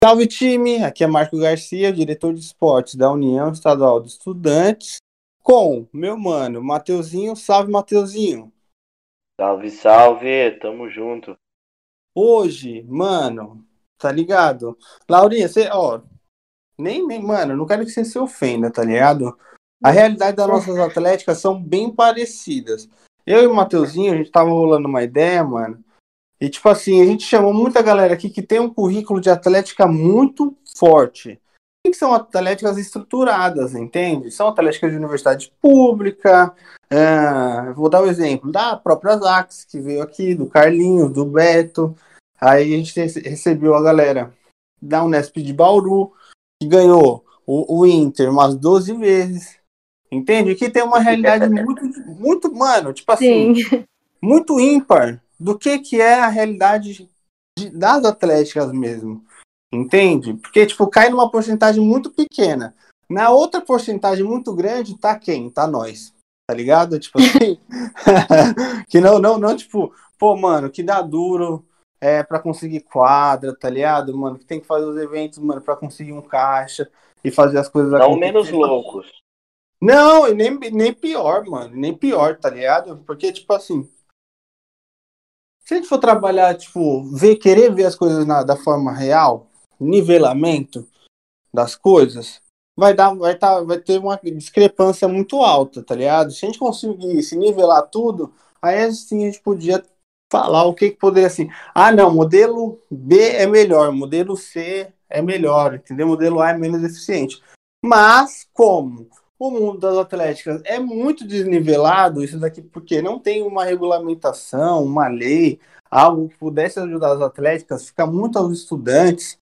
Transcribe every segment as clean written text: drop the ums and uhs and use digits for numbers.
Salve, time! Aqui é Marco Garcia, diretor de esportes da União Estadual de Estudantes, com meu mano, Mateuzinho. Salve, Mateuzinho! Salve, salve, tamo junto. Hoje, mano, tá ligado? Laurinha, você, ó, mano, não quero que você se ofenda, tá ligado? A realidade das nossas atléticas são bem parecidas. Eu e o Mateuzinho, a gente tava rolando uma ideia, mano, e tipo assim, a gente chamou muita galera aqui que tem um currículo de atlética muito forte. Que são atléticas estruturadas, entende? São atléticas de universidade pública. Vou dar um exemplo da própria Zax, que veio aqui, do Carlinhos, do Beto. Aí a gente recebeu a galera da Unesp de Bauru, que ganhou o Inter umas 12 vezes. Entende? Que tem uma realidade muito, muito, mano, tipo assim, Sim. muito ímpar do que é a realidade das atléticas mesmo. Entende? Porque, tipo, cai numa porcentagem muito pequena. Na outra porcentagem muito grande, tá quem? Tá nós. Tá ligado? Tipo assim. Que não, tipo, pô, mano, que dá duro pra conseguir quadra, tá ligado? Mano, que tem que fazer os eventos, mano, pra conseguir um caixa e fazer as coisas Não menos acontecerem. loucos. Não, e nem pior, mano. Nem pior, tá ligado? Porque, tipo assim, se a gente for trabalhar, tipo, querer ver as coisas da forma real, nivelamento das coisas, vai ter uma discrepância muito alta, tá ligado? Se a gente conseguir se nivelar tudo, aí assim a gente podia falar o que poderia assim. Ah, não, modelo B é melhor, modelo C é melhor, entendeu? Modelo A é menos eficiente. Mas como o mundo das atléticas é muito desnivelado, isso daqui porque não tem uma regulamentação, uma lei, algo que pudesse ajudar as atléticas, fica muito aos estudantes.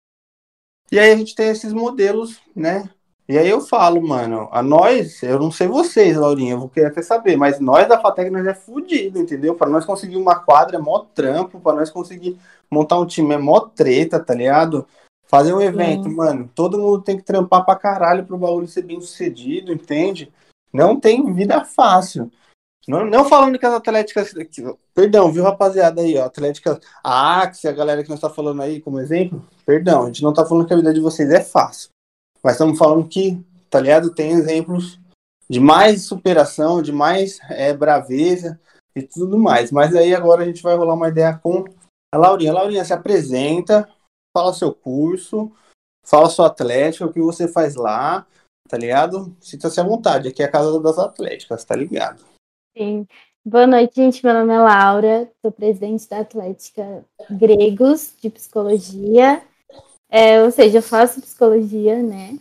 E aí a gente tem esses modelos, né? E aí eu falo, mano, a nós, eu não sei vocês, Laurinha, eu vou querer até saber, mas nós da FATEC nós é fudido, entendeu? Para nós conseguir uma quadra é mó trampo, para nós conseguir montar um time é mó treta, tá ligado? Fazer um evento, Sim. mano, todo mundo tem que trampar pra caralho pro bagulho ser bem sucedido, entende? Não tem vida fácil. Não falando que as atléticas. Perdão, viu, rapaziada aí, ó? Atléticas. A Axie, a galera que nós tá falando aí como exemplo. Perdão, a gente não tá falando que a vida de vocês é fácil. Mas estamos falando que, tá ligado? Tem exemplos de mais superação, de mais braveza e tudo mais. Mas aí agora a gente vai rolar uma ideia com a Laurinha. Laurinha, se apresenta, fala seu curso, fala sua atlética, o que você faz lá, tá ligado? Sinta-se à vontade, aqui é a casa das atléticas, tá ligado? Sim. Boa noite, gente. Meu nome é Laura, sou presidente da Atlética Gregos de Psicologia. Ou seja, eu faço psicologia, né?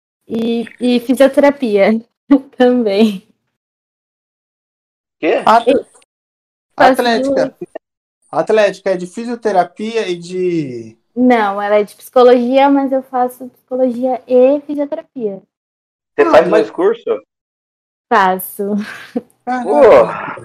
E fisioterapia também. Quê? Faço duas. Atlética é de fisioterapia e de. Não, ela é de psicologia, mas eu faço psicologia e fisioterapia. Você Não, faz mas. dois cursos? Faço. Pô! Caralho.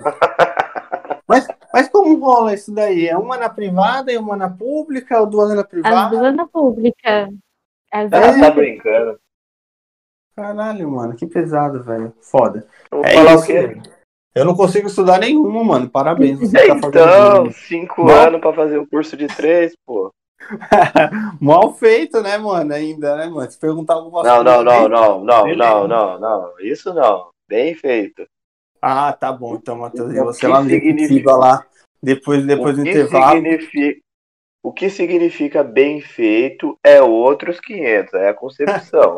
Mas como rola isso daí? É uma na privada e uma na pública, ou duas na As privada? duas na pública. As Ah, duas É, na tá pública. brincando. caralho, mano, que pesado, velho. Foda. Eu vou É falar o isso, quê? velho. Eu não consigo estudar nenhuma, mano. Parabéns, você que tá fazendo Então, bem. 5 anos Mal, pra fazer o curso de 3, pô. mal feito, né, mano? Ainda, né, mano? Se perguntar algumas Não, coisas não, não, ali, não, não, não, beleza. não, não. Isso não. Bem feito. Ah, tá bom, então, Matheus. E O você que lá no significa, Jequitiba lá, depois o do que intervalo. significa, o que significa bem feito é outros 500, é a concepção.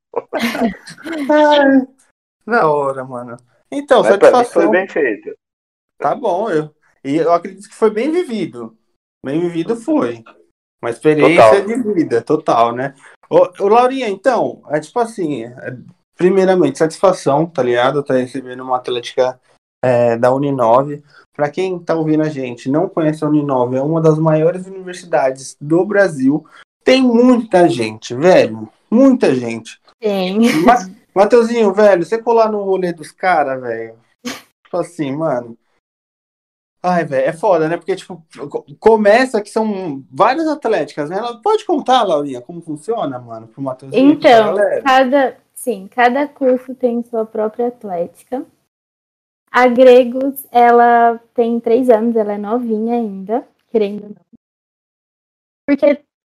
Ah, da hora, mano. Então, Mas pra mim foi satisfação. bem feito. Tá bom, e eu acredito que foi bem vivido. Bem vivido foi. Uma experiência Total. de vida total, né? Ô Laurinha, então, é tipo assim, primeiramente, satisfação, tá ligado? Tá recebendo uma atlética da Uninove. Para quem tá ouvindo a gente, não conhece a Uninove, é uma das maiores universidades do Brasil. Tem muita gente, velho. Muita gente. Tem. Mateuzinho, velho, você colar no rolê dos caras, velho. Tipo assim, mano. Ai, velho, é foda, né? Porque, tipo, começa que são várias atléticas, né? Ela pode contar, Laurinha, como funciona, mano, pro Matheusinho aqui pra Então, galera? cada curso tem sua própria atlética. A Gregos, ela tem 3 anos, ela é novinha ainda, querendo ou não. Porque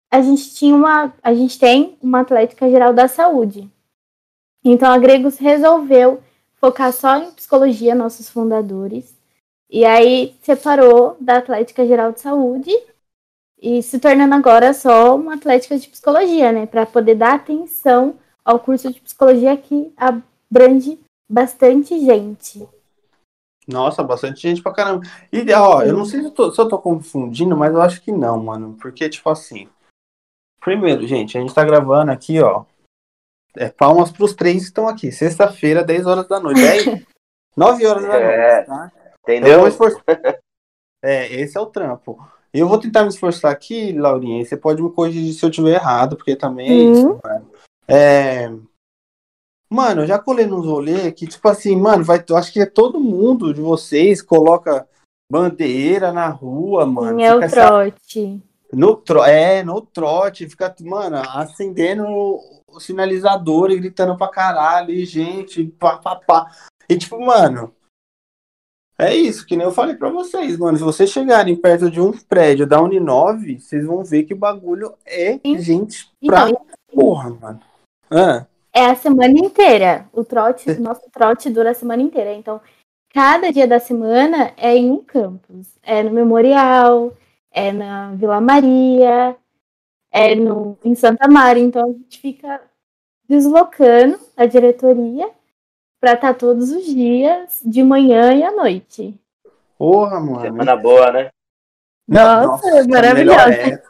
a gente tem uma Atlética Geral da Saúde. Então a Gregos resolveu focar só em psicologia, nossos fundadores, e aí separou da Atlética Geral de Saúde e se tornando agora só uma Atlética de Psicologia, né, para poder dar atenção ao curso de psicologia que abrange bastante gente. Nossa, bastante gente pra caramba. E, ó, eu não sei se eu tô confundindo, mas eu acho que não, mano. Porque, tipo assim, primeiro, gente, a gente tá gravando aqui, ó. Palmas pros três que estão aqui. Sexta-feira, 10 horas da noite. 9 horas da noite, tá? Entendeu? Eu vou esforçar. Esse é o trampo. Eu vou tentar me esforçar aqui, Laurinha, e você pode me corrigir se eu estiver errado, porque também é isso, mano. Mano, eu já colei nos rolês que, tipo assim, mano, eu acho que é todo mundo de vocês coloca bandeira na rua, mano. Sim, é o trote. No trote, fica, mano, acendendo o sinalizador e gritando pra caralho, e gente, pá, pá, pá. E tipo, mano, é isso, que nem eu falei pra vocês, mano. Se vocês chegarem perto de um prédio da Uninove, vocês vão ver que o bagulho é gente pra porra, mano. É a semana inteira. O nosso trote dura a semana inteira. Então, cada dia da semana é em um campus. É no Memorial, é na Vila Maria, em Santa Maria. Então, a gente fica deslocando a diretoria para estar todos os dias, de manhã e à noite. Porra, mano. Semana boa, né? Nossa, maravilhosa.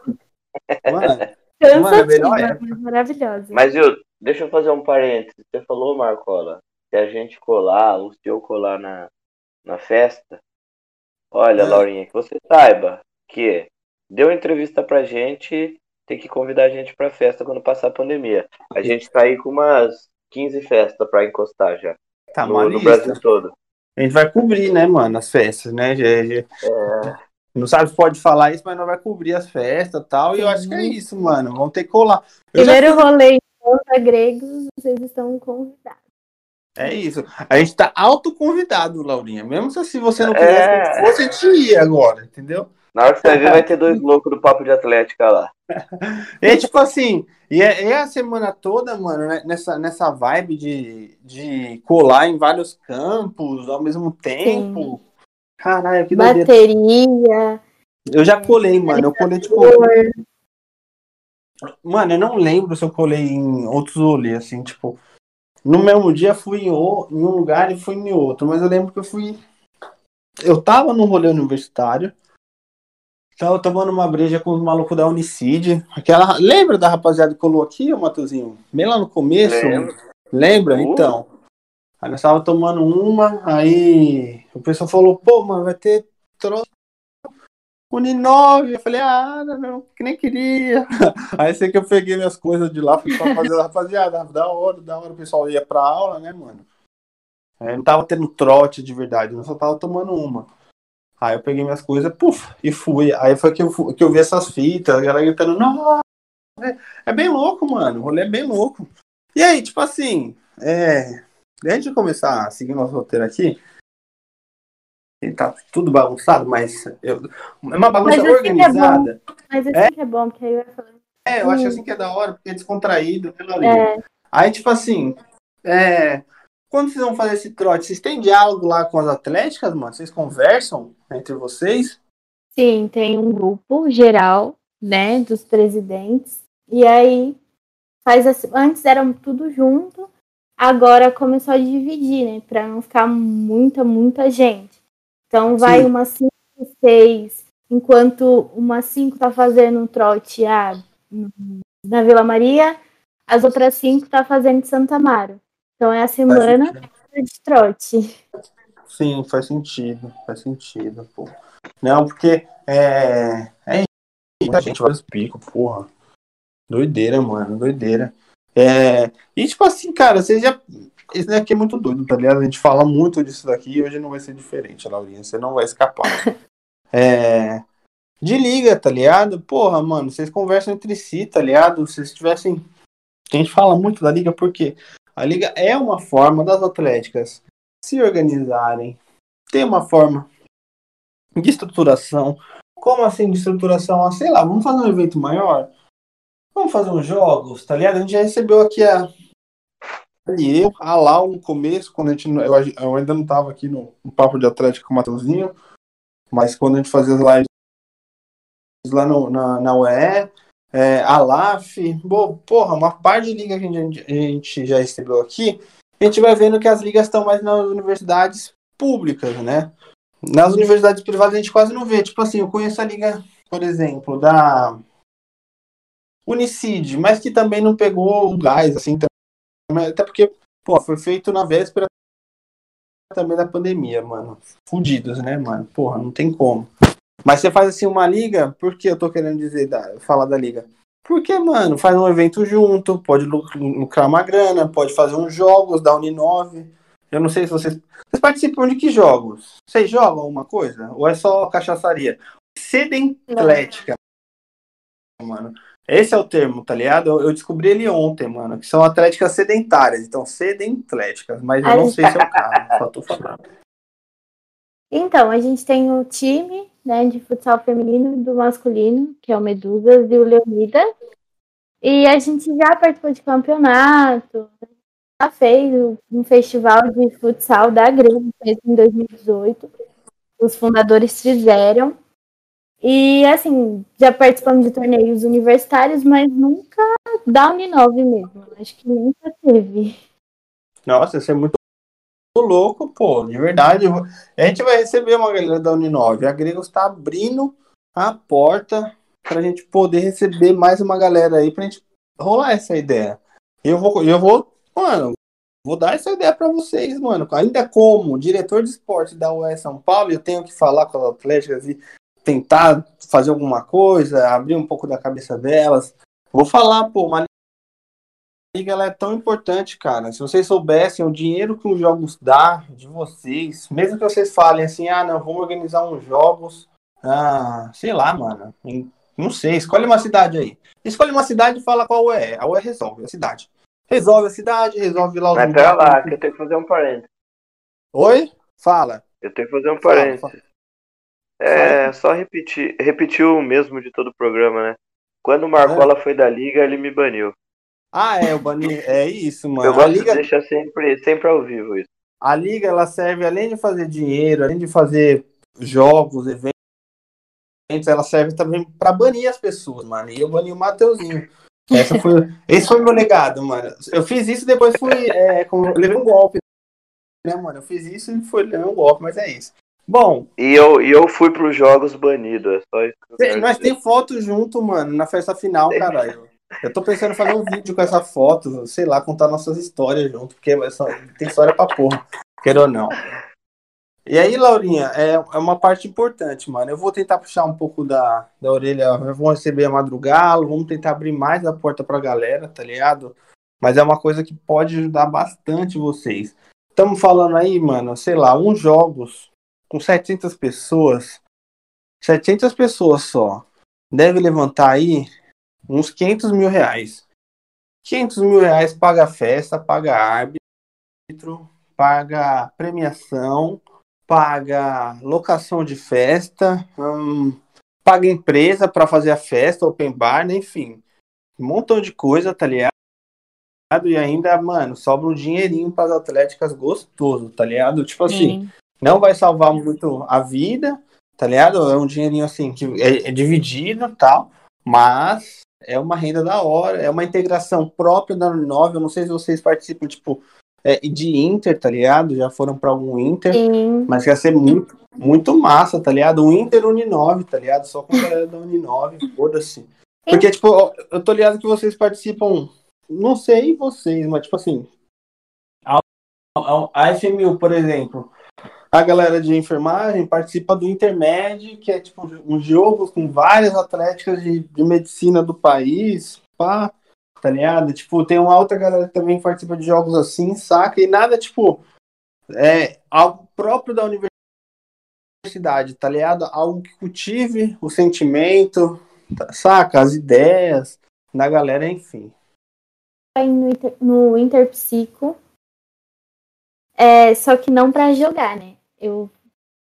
Cansativa, mas maravilhosa. Mas, deixa eu fazer um parênteses. Você falou, Marcola, se a gente colar, ou se eu colar na festa, olha, Laurinha, que você saiba que deu entrevista pra gente, tem que convidar a gente pra festa quando passar a pandemia. A gente tá aí com umas 15 festas pra encostar já. Tá no Brasil todo. A gente vai cobrir, né, mano, as festas, né? Não sabe se pode falar isso, mas nós vai cobrir as festas e tal. Sim. E eu acho que é isso, mano. Vamos ter que colar. Primeiro rolê em Conta Gregos, vocês estão convidados. É isso. A gente tá autoconvidado, Laurinha. Mesmo se você não quisesse que fosse, a gente ia agora, entendeu? Na hora que você ver, vai ter 2 loucos do Papo de Atlética lá. É tipo assim, é a semana toda, mano, né, nessa vibe de colar em vários campos ao mesmo tempo. Sim. Caralho, que doideira. Bateria. Eu já colei, mano. Eu colei, tipo... Mano, eu não lembro se eu colei em outros rolês, assim, tipo... No mesmo dia fui em um lugar e fui em outro, mas eu lembro que eu tava num rolê universitário, tava tomando uma breja com os malucos da Unicid. Lembra da rapaziada que colou aqui, ô Matuzinho? Bem lá no começo? Lembra? Então. Aí nós tava tomando uma, aí o pessoal falou, pô, mano, vai ter Uninove. Eu falei, não, que nem queria. Aí sei que eu peguei minhas coisas de lá, fui pra fazer, rapaziada, da hora, o pessoal ia pra aula, né, mano? Aí não tava tendo trote de verdade, eu só tava tomando uma. Aí eu peguei minhas coisas, e fui. Aí foi que eu vi essas fitas, a galera gritando, não, é bem louco, mano, o rolê é bem louco. E aí, tipo assim, antes de começar a seguir nosso roteiro aqui, tá tudo bagunçado, mas é uma bagunça organizada. Mas assim que é bom, porque aí eu ia falando. Eu acho assim que é da hora, porque é descontraído, né, Laurinha? Aí, tipo assim, quando vocês vão fazer esse trote, vocês têm diálogo lá com as atléticas, mano? Vocês conversam entre vocês? Sim, tem um grupo geral, né, dos presidentes. E aí, antes eram tudo junto, agora começou a dividir, né, pra não ficar muita gente. Então, vai umas 5, 6, enquanto umas 5 tá fazendo um trote na Vila Maria, as outras 5 tá fazendo em Santa Amaro. Então, é a semana de trote. Sim, faz sentido, pô. Não, porque muita gente vai picos, porra. Doideira, mano, doideira. E tipo assim, cara, esse daqui é muito doido, tá ligado? A gente fala muito disso daqui e hoje não vai ser diferente, Laurinha. Você não vai escapar. De liga, tá ligado? Porra, mano, vocês conversam entre si, tá ligado? Se vocês tivessem... A gente fala muito da liga porque a liga é uma forma das atléticas se organizarem, ter uma forma de estruturação. Como assim de estruturação? Sei lá, vamos fazer um evento maior? vamos fazer uns jogos, tá ligado? A gente já recebeu aqui a Lau no começo, quando eu ainda não tava aqui no Papo de Atlético com o Matheusinho, mas quando a gente fazia as lives lá na UE, a LAF, porra, uma parte de liga que a gente já recebeu aqui, a gente vai vendo que as ligas estão mais nas universidades públicas, né? Nas universidades privadas a gente quase não vê. Tipo assim, eu conheço a liga, por exemplo, da Unicid, mas que também não pegou o gás, assim, também, até porque, pô, foi feito na véspera também da pandemia, mano. Fudidos, né, mano? Porra, não tem como. Mas você faz assim uma liga, por que eu tô querendo dizer, falar da liga? Porque, mano, faz um evento junto, pode lucrar uma grana, pode fazer uns jogos da Uninove. Eu não sei se vocês participam de que jogos? Vocês jogam alguma coisa? Ou é só cachaçaria? Sedentlética, mano. Esse é o termo, tá ligado? Eu descobri ele ontem, mano, que são atléticas sedentárias, então sedentléticas, mas eu não sei se é o caso, só tô falando. Então, a gente tem o time, né, de futsal feminino e do masculino, que é o Medusas e o Leonida. E a gente já participou de campeonato, já fez um festival de futsal da Grêmio, fez em 2018. Os fundadores fizeram. E, assim, já participamos de torneios universitários, mas nunca da Uninove mesmo. Acho que nunca teve. Nossa, isso é muito louco, pô, de verdade. A gente vai receber uma galera da Uninove. A Gregos está abrindo a porta pra gente poder receber mais uma galera aí, pra gente rolar essa ideia. Mano, vou dar essa ideia pra vocês, mano. Ainda como diretor de esporte da UE São Paulo, eu tenho que falar com as atléticas e tentar fazer alguma coisa, abrir um pouco da cabeça delas. Vou falar, pô, uma liga ela é tão importante, cara. Se vocês soubessem o dinheiro que os jogos dá de vocês, mesmo que vocês falem assim, não, vamos organizar uns jogos, sei lá, mano, não sei, escolhe uma cidade aí. Escolhe uma cidade e fala qual é. A UE resolve a cidade. Resolve a cidade, resolve lá os Mas pera lugares. lá, que eu tenho que fazer um parênteses. Oi? Fala. Eu tenho que fazer um Fala. parênteses. Fala. Só repetir o mesmo de todo o programa, né? Quando o Marcola foi da liga, ele me baniu. O Bani, é isso, Eu mano. gosto de deixar sempre ao vivo isso. A liga, ela serve, além de fazer dinheiro, além de fazer jogos, eventos, ela serve também pra banir as pessoas, mano. E eu bani o Mateuzinho. Esse foi o meu legado, mano. Eu fiz isso e depois eu levei um golpe, né, mano? Eu fiz isso e levei um golpe, mas é isso. Bom. E eu fui pros jogos banido, é só isso que eu quero Nós dizer. tem foto junto, mano, na festa final, caralho. Eu tô pensando em fazer um vídeo com essa foto, sei lá, contar nossas histórias junto, porque tem história pra porra, queira ou não. E aí, Laurinha, é uma parte importante, mano. Eu vou tentar puxar um pouco da orelha, vamos receber a Madrugalo, vamos tentar abrir mais a porta pra galera, tá ligado? Mas é uma coisa que pode ajudar bastante vocês. Estamos falando aí, mano, sei lá, uns jogos com 700 pessoas, 700 pessoas só, deve levantar aí uns 500 mil reais. 500 mil reais paga festa, paga árbitro, paga premiação, paga locação de festa, paga empresa para fazer a festa, open bar, né? Enfim, um montão de coisa, tá ligado? E ainda, mano, sobra um dinheirinho para as atléticas gostoso, tá ligado? Tipo assim, não vai salvar muito a vida, tá ligado? É um dinheirinho assim que é dividido e tal, mas é uma renda da hora, é uma integração própria da Uninove. Eu não sei se vocês participam, tipo, de Inter, tá ligado? Já foram pra algum Inter, mas ia ser muito, muito massa, tá ligado? Um Inter Uninove, tá ligado? Só com a galera da Uninove, foda-se. Porque, tipo, eu tô ligado que vocês participam, não sei vocês, mas, tipo assim, a FMU, por exemplo, a galera de enfermagem participa do Intermed, que é, tipo, um jogo com várias atléticas de medicina do país, pá. Tá ligado? Tipo, tem uma outra galera que também participa de jogos assim, saca? E nada, tipo, algo próprio da universidade, tá ligado? Algo que cultive o sentimento, saca? As ideias da galera, enfim. No Interpsico, só que não para jogar, né? Eu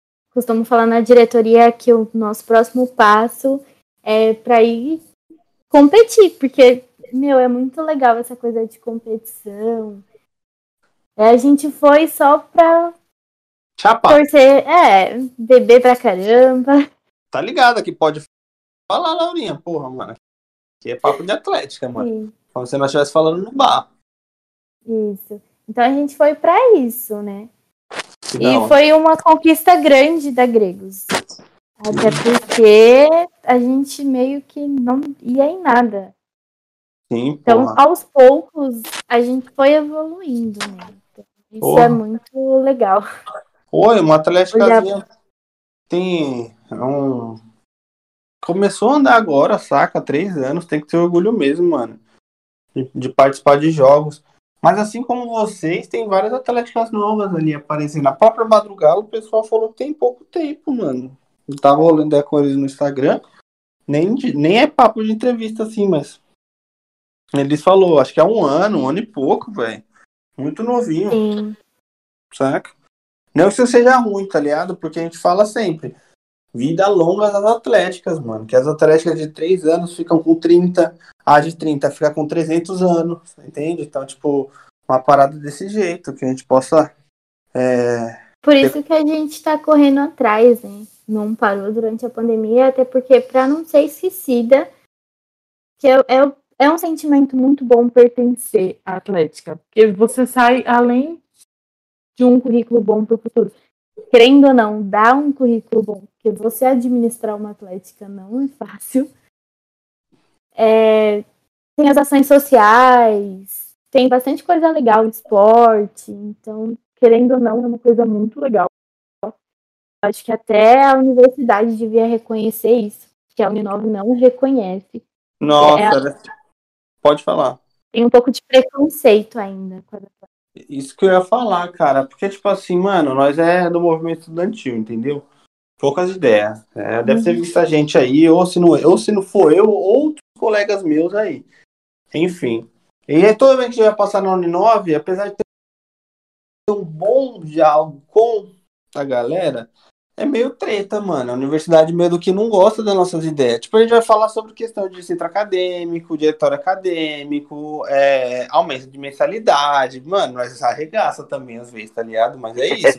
costumo falar na diretoria que o nosso próximo passo é para ir competir, porque, meu, é muito legal essa coisa de competição. A gente foi só pra Chapa, torcer, beber pra caramba. tá ligado que pode falar, Laurinha, porra, mano. Que é papo de atlética, mano. Sim, Como se nós estivesse falando no bar. isso. Então a gente foi pra isso, né? Que da E hora. foi uma conquista grande da Gregos. Até porque a gente meio que não ia em nada. Sim, Então, porra. aos poucos, a gente foi evoluindo, né? Então, isso é Porra. muito legal. Oi, uma Olhar, atléticazinha tem começou a andar agora, saca? Há 3 anos, tem que ter orgulho mesmo, mano. De participar de jogos. Mas assim como vocês, tem várias atléticas novas ali aparecendo. Na própria Madrugada, o pessoal falou que tem pouco tempo, mano. Eu tava olhando a coisa no Instagram. Nem é papo de entrevista assim, mas eles falou, acho que é um ano e pouco, velho. Muito novinho, sim, saca? Não que isso seja ruim, tá ligado? Porque a gente fala sempre, vida longa das atléticas, mano. Que as atléticas de 3 anos ficam com 30, a de 30 fica com 300 anos, entende? Então, tipo, uma parada desse jeito, que a gente possa por ter... isso que a gente está correndo atrás, né? Não parou durante a pandemia, até porque para não ser esquecida, que é um sentimento muito bom pertencer à Atlética, porque você sai além de um currículo bom para o futuro. Querendo ou não, dar um currículo bom, porque você administrar uma Atlética não é fácil. Tem as ações sociais, tem bastante coisa legal, esporte, então, querendo ou não, é uma coisa muito legal. Acho que até a universidade devia reconhecer isso, que a Uninove não reconhece. Nossa, pode falar. Tem um pouco de preconceito ainda. Isso que eu ia falar, cara. Porque, tipo assim, mano, nós é do movimento estudantil, entendeu? Poucas ideias. Deve ter visto a gente aí, ou se não for eu, outros colegas meus aí. Enfim. E aí, toda vez que a gente vai passar na Uninove, apesar de ter um bom diálogo com a galera, é meio treta, mano. A universidade meio do que não gosta das nossas ideias. Tipo, a gente vai falar sobre questão de centro acadêmico, diretório acadêmico, aumento de mensalidade. Mano, nós arregaça também às vezes, tá ligado? Mas é isso.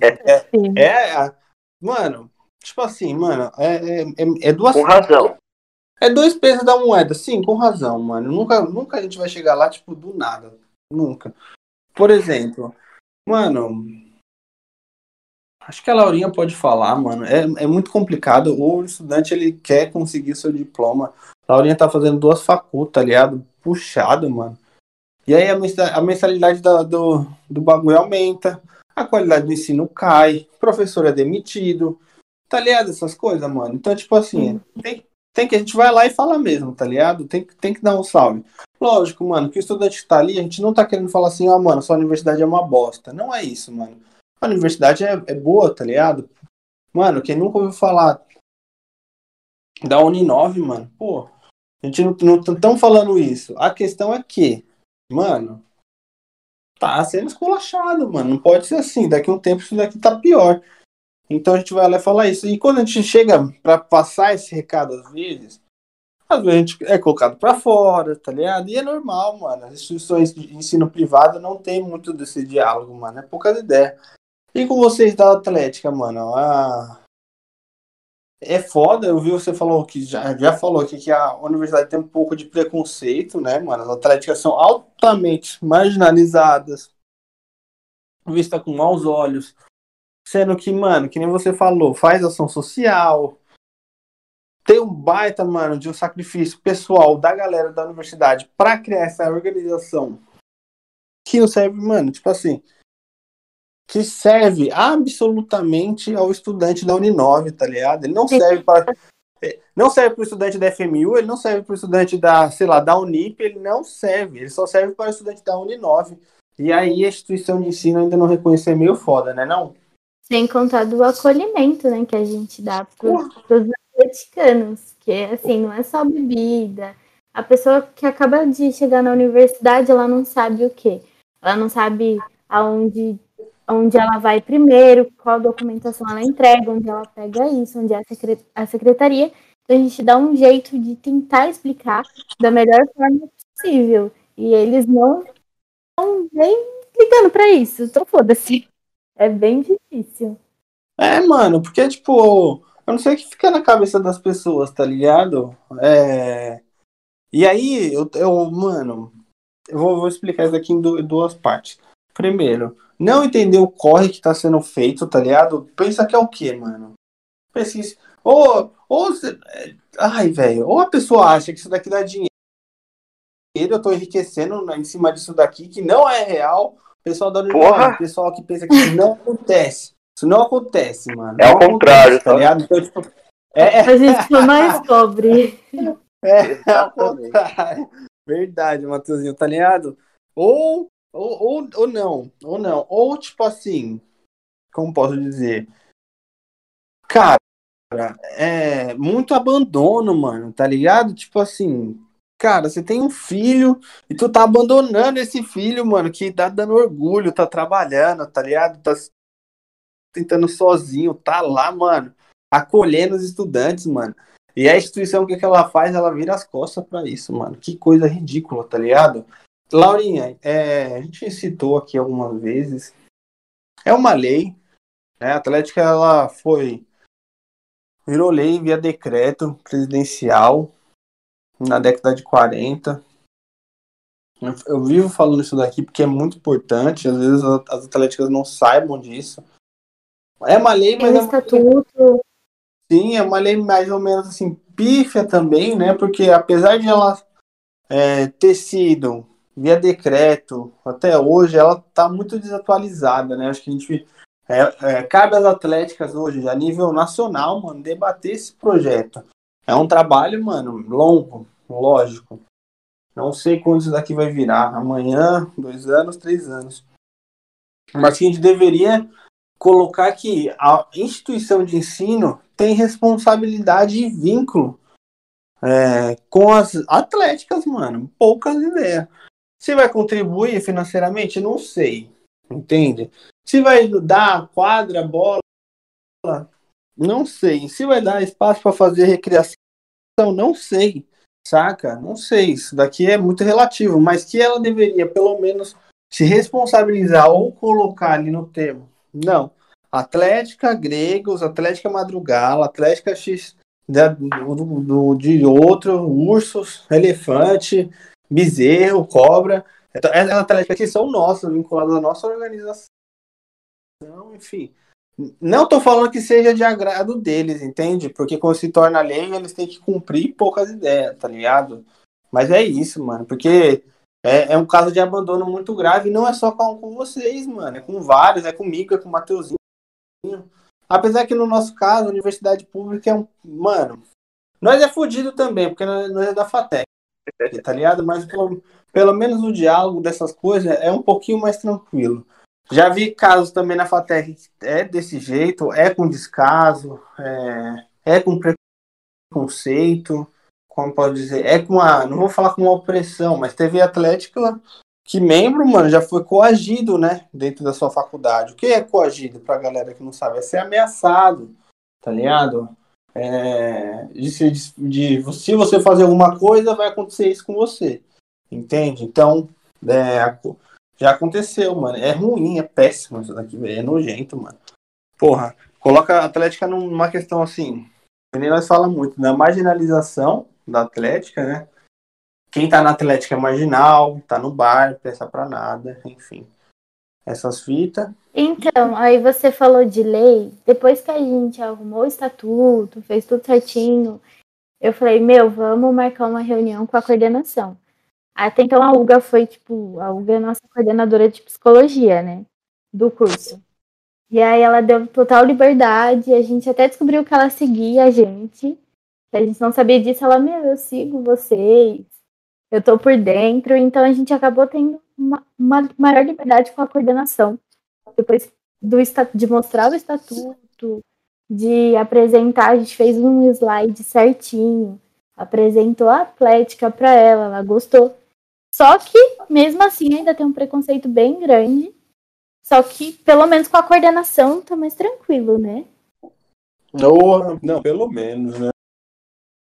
Mano, tipo assim, mano, é duas. Com razão. É dois pesos da moeda, sim, com razão, mano. Nunca a gente vai chegar lá, tipo, do nada. Nunca. Por exemplo, mano, acho que a Laurinha pode falar, mano. É muito complicado. O estudante, ele quer conseguir seu diploma. A Laurinha tá fazendo 2 facu, tá ligado? Puxado, mano. E aí a mensalidade do bagulho aumenta. A qualidade do ensino cai. O professor é demitido. Tá ligado? Essas coisas, mano. Então, tipo assim, tem que a gente vai lá e fala mesmo, tá ligado? Tem que dar um salve. Lógico, mano, que o estudante que tá ali, a gente não tá querendo falar assim, ó, mano, sua universidade é uma bosta. Não é isso, mano. A universidade é boa, tá ligado? Mano, quem nunca ouviu falar da Uninove, mano, pô, a gente não tão falando isso. A questão é que, mano, tá sendo esculachado, mano. Não pode ser assim. Daqui a um tempo isso daqui tá pior. Então a gente vai lá e falar isso. E quando a gente chega pra passar esse recado às vezes a gente é colocado pra fora, tá ligado? E é normal, mano. As instituições de ensino privado não tem muito desse diálogo, mano. É poucas ideias. E com vocês da Atlética, mano? É foda, eu vi você falou que já falou aqui que a universidade tem um pouco de preconceito, né, mano? As atléticas são altamente marginalizadas, vista com maus olhos, sendo que, mano, que nem você falou, faz ação social, tem um baita, mano, de um sacrifício pessoal da galera da universidade pra criar essa organização que não serve, mano, tipo assim, que serve absolutamente ao estudante da Uninove, tá ligado? Ele não serve para o estudante da FMU, ele não serve para o estudante da, sei lá, da Unip, ele não serve, ele só serve para o estudante da Uninove. E aí a instituição de ensino ainda não reconhecer é meio foda, né, não? Sem contar do acolhimento, né, que a gente dá para os atleticanos, que assim, não é só bebida. A pessoa que acaba de chegar na universidade, ela não sabe o quê? Ela não sabe onde ela vai primeiro, qual documentação ela entrega, onde ela pega isso, onde é a secretaria. Então a gente dá um jeito de tentar explicar da melhor forma possível. E eles não estão nem ligando pra isso. Então foda-se. É bem difícil. Mano, porque, tipo, eu não sei o que fica na cabeça das pessoas, tá ligado? E aí, mano, eu vou explicar isso aqui em duas partes. Primeiro, não entender o corre que tá sendo feito, tá ligado? Pensa que é o quê, mano? Pensa que ai, velho, ou a pessoa acha que isso daqui dá dinheiro, eu tô enriquecendo em cima disso daqui, que não é real. O pessoal da Porra! pessoal que pensa que isso não acontece. Isso não acontece, mano. É Não ao contrário, acontece, tá tá? ligado? Então, tipo, é, A gente só mais pobre. é ao Exatamente. contrário. Verdade, Matheusinho, tá ligado? Ou não, ou não. Ou, tipo assim, como posso dizer? Cara, é muito abandono, mano, tá ligado? Tipo assim, cara, você tem um filho e tu tá abandonando esse filho, mano, que tá dando orgulho, tá trabalhando, tá ligado? Tá tentando sozinho, tá lá, mano, acolhendo os estudantes, mano. E a instituição, o que que ela faz? Ela vira as costas pra isso, mano. Que coisa ridícula, tá ligado? Laurinha, a gente citou aqui algumas vezes, é uma lei, né? A Atlética, ela virou lei via decreto presidencial na década de 40. Eu vivo falando isso daqui porque é muito importante, às vezes as atléticas não saibam disso. É uma lei, Tem mas o é uma lei, estatuto. sim, é uma lei mais ou menos assim, pífia também, né? Porque apesar de ela ter sido via decreto até hoje, ela está muito desatualizada, né? Acho que a gente cabe às atléticas hoje, a nível nacional, mano, debater esse projeto. É um trabalho, mano, longo, lógico. Não sei quando isso daqui vai virar. Amanhã, 2 anos, 3 anos. Mas que a gente deveria colocar que a instituição de ensino tem responsabilidade e vínculo com as atléticas, mano. Poucas ideias. Se vai contribuir financeiramente, não sei. Entende? Se vai dar quadra, bola, não sei. Se vai dar espaço para fazer recreação, não sei. Saca? Não sei. Isso daqui é muito relativo. Mas que ela deveria, pelo menos, se responsabilizar ou colocar ali no termo. Não. Atlética Gregos, Atlética Madrugala, Atlética X de outro, ursos, elefante, bezerro, cobra. Então, essas atléticas aqui são nossas, vinculadas à nossa organização, enfim. Não estou falando que seja de agrado deles, entende? Porque quando se torna lei, eles têm que cumprir poucas ideias, tá ligado? Mas é isso, mano, porque é um caso de abandono muito grave, e não é só com vocês, mano, é com vários, é comigo, é com o Mateuzinho. Apesar que no nosso caso, a universidade pública é um. Mano, nós é fodido também, porque nós é da FATEC, tá ligado? Mas pelo menos o diálogo dessas coisas é um pouquinho mais tranquilo. Já vi casos também na FATEC que é desse jeito, é com descaso, é com preconceito, como pode dizer, é com a. Não vou falar com uma opressão, mas teve atlética que membro, mano, já foi coagido, né, dentro da sua faculdade. O que é coagido, pra galera que não sabe? É ser ameaçado, tá ligado? Se você fazer alguma coisa, vai acontecer isso com você, entende? Então, já aconteceu, mano. É ruim, é péssimo isso daqui, velho. É nojento, mano. Porra, coloca a Atlética numa questão assim, que nem nós falamos muito, da marginalização da Atlética, né? Quem tá na Atlética é marginal, tá no bar, pensa pra nada, enfim. Essas fitas. Então, aí você falou de lei. Depois que a gente arrumou o estatuto, fez tudo certinho, eu falei, meu, vamos marcar uma reunião com a coordenação. Até então a Uga foi, tipo, a Uga é a nossa coordenadora de psicologia, né? Do curso. E aí ela deu total liberdade, a gente até descobriu que ela seguia a gente. A gente não sabia disso, ela, meu, eu sigo vocês, eu tô por dentro, então a gente acabou tendo uma maior liberdade com a coordenação. Depois de mostrar o estatuto, de apresentar, a gente fez um slide certinho, apresentou a atlética para ela gostou. Só que, mesmo assim, ainda tem um preconceito bem grande. Só que, pelo menos com a coordenação, tá mais tranquilo, né? Não, pelo menos, né?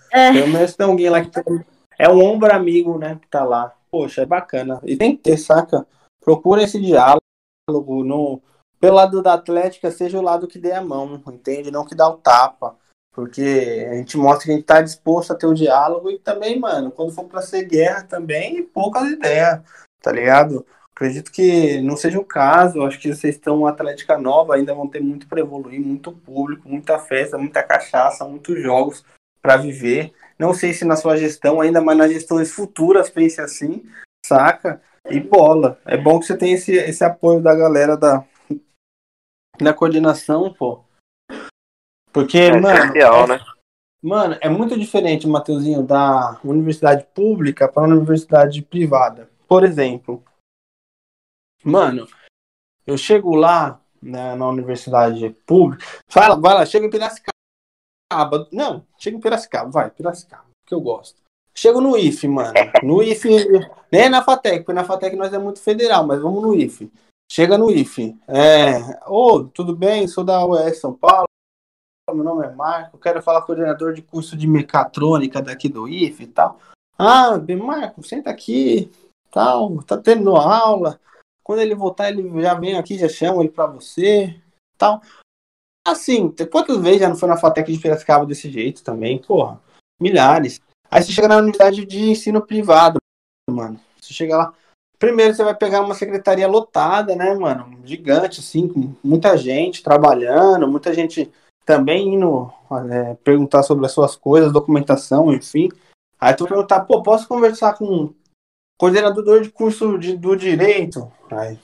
Pelo menos tem alguém lá que é um ombro amigo, né? Que tá lá. Poxa, é bacana. E tem que ter, saca? Procura esse diálogo no, pelo lado da Atlética, seja o lado que dê a mão, entende? Não que dá o tapa. Porque a gente mostra que a gente tá disposto a ter o diálogo e também, mano, quando for pra ser guerra também, poucas ideias, tá ligado? Acredito que não seja o caso. Acho que vocês estão uma Atlética nova, ainda vão ter muito para evoluir, muito público, muita festa, muita cachaça, muitos jogos para viver. Não sei se na sua gestão ainda, mas nas gestões futuras pense assim, saca? E bola. É bom que você tenha esse apoio da galera da coordenação, pô. Porque, É mano, essencial, né? mano, é muito diferente, Mateuzinho, da universidade pública para a universidade privada. Por exemplo, mano, eu chego lá, né, na universidade pública, vai lá, chega em Piracicaba. Não, chega em Piracicaba, vai, Piracicaba, que eu gosto. Chego no IFE, mano. No IFE, nem na FATEC, porque na FATEC nós é muito federal, mas vamos no IFE. Chega no IFE. Tudo bem? Sou da UES São Paulo, meu nome é Marco, quero falar com o coordenador de curso de mecatrônica daqui do IFE e tal. Ah, bem, Marco, senta aqui, tal, tá tendo aula. Quando ele voltar, ele já vem aqui, já chama ele pra você, tal. Assim, quantas vezes já não foi na FATEC de Piracicaba desse jeito também? Porra, milhares. Aí você chega na unidade de ensino privado, mano. Você chega lá. Primeiro você vai pegar uma secretaria lotada, né, mano? Gigante, assim, com muita gente trabalhando, muita gente também indo perguntar sobre as suas coisas, documentação, enfim. Aí tu vai perguntar, pô, posso conversar com o coordenador de curso do direito? Aí,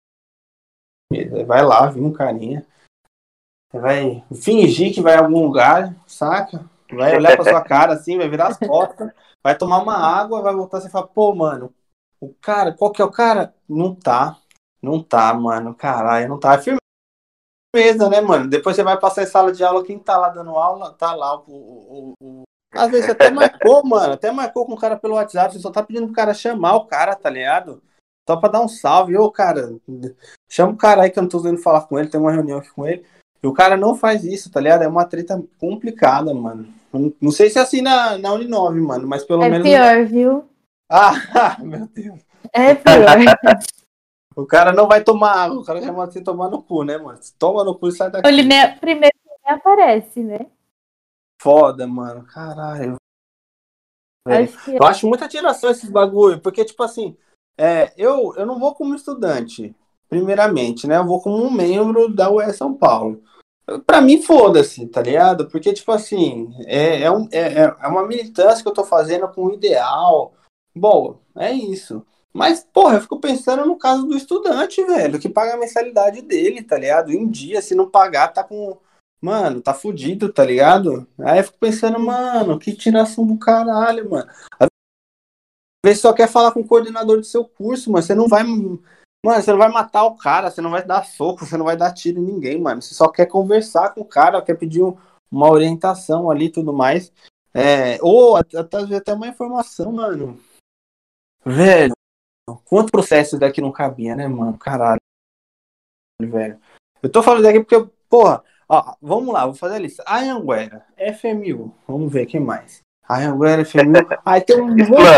vai lá, viu um carinha. Você vai fingir que vai a algum lugar, saca? Vai olhar pra sua cara assim, vai virar as costas, vai tomar uma água, vai voltar e fala, pô, mano, o cara, qual que é o cara? Não tá, mano, caralho, não tá. É firmeza, né, mano? Depois você vai passar em sala de aula, quem tá lá dando aula, tá lá Às vezes você até marcou, mano, até marcou com o cara pelo WhatsApp, você só tá pedindo pro cara chamar o cara, tá ligado? Só pra dar um salve, ô, cara, chama o cara aí que eu não tô indo falar com ele, tem uma reunião aqui com ele. E o cara não faz isso, tá ligado? É uma treta complicada, mano. Não sei se é assim na Uninove, mano, mas pelo É menos. pior, viu? Ah, meu Deus. É pior. O cara não vai tomar água, o cara já manda você tomar no cu, né, mano? Toma no cu e sai daqui. Ele primeiro nem aparece, né? Foda, mano. Caralho. Acho que Eu acho muita tiração esses bagulho, porque, tipo assim, eu não vou como estudante, primeiramente, né? Eu vou como um membro da UES São Paulo. Pra mim, foda-se, tá ligado? Porque, tipo assim, é uma militância que eu tô fazendo com o ideal. Bom, é isso. Mas, porra, eu fico pensando no caso do estudante, velho, que paga a mensalidade dele, tá ligado? Em dia, se não pagar, tá com. Mano, tá fudido, tá ligado? Aí eu fico pensando, mano, que tiração do caralho, mano. Às vezes só quer falar com o coordenador do seu curso, mas você não vai. Mano, você não vai matar o cara, você não vai dar soco, você não vai dar tiro em ninguém, mano. Você só quer conversar com o cara, quer pedir uma orientação ali e tudo mais. Ou até uma informação, mano. Velho, quanto processo daqui não cabia, né, mano? Caralho, velho. Eu tô falando daqui porque, porra, ó, vamos lá, vou fazer a lista. Anhanguera, FMU, vamos ver quem mais. Anhanguera, FMU. Aí tem um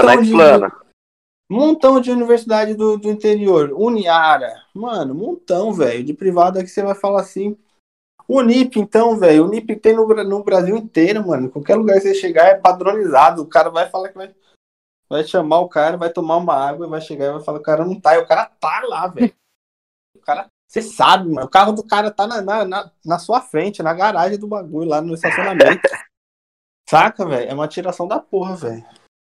montão de universidade do interior. Uniara, mano, montão, velho, de privada que você vai falar assim. Unip, então, velho, Unip tem no Brasil inteiro, mano. Qualquer lugar que você chegar é padronizado. O cara vai falar que vai chamar o cara, vai tomar uma água, vai chegar e vai falar, o cara não tá, e o cara tá lá, velho. O cara, você sabe, mano, o carro do cara tá na sua frente, na garagem do bagulho, lá no estacionamento. Saca, velho? É uma tiração da porra, velho.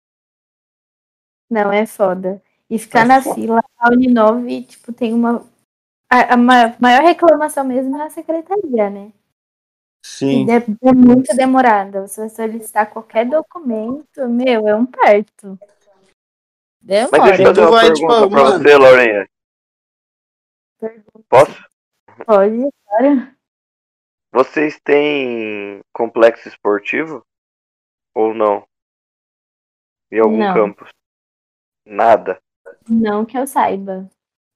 não é foda. E ficar na fila, a Uninove, tipo, tem uma. A maior reclamação mesmo é a secretaria, né? Sim. É muito demorada. Se você solicitar qualquer documento, meu, é um parto. Mas deixa eu Demora. fazer uma pergunta pra você, Laurinha. Posso? Pode, claro. Vocês têm complexo esportivo? Ou não? Em algum Não. campus? Nada. Não que eu saiba.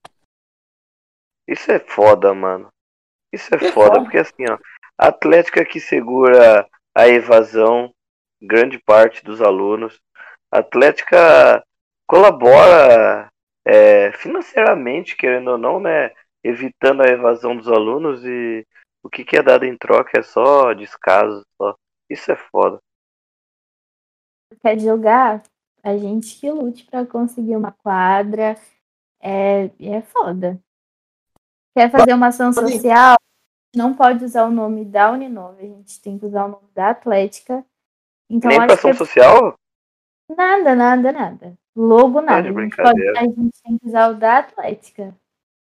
Isso é foda, mano. Isso é foda, porque assim, ó, a Atlética que segura a evasão, grande parte dos alunos. A Atlética colabora financeiramente, querendo ou não, né? Evitando a evasão dos alunos e o que é dado em troca é só descaso. Só. Isso é foda. Quer jogar? A gente que lute para conseguir uma quadra. É foda. Quer fazer uma ação social? Não pode usar o nome da Uninove, a gente tem que usar o nome da Atlética. Então, nem pra ação social? Nada. Logo Tá nada. de A brincadeira. gente tem que usar o da Atlética.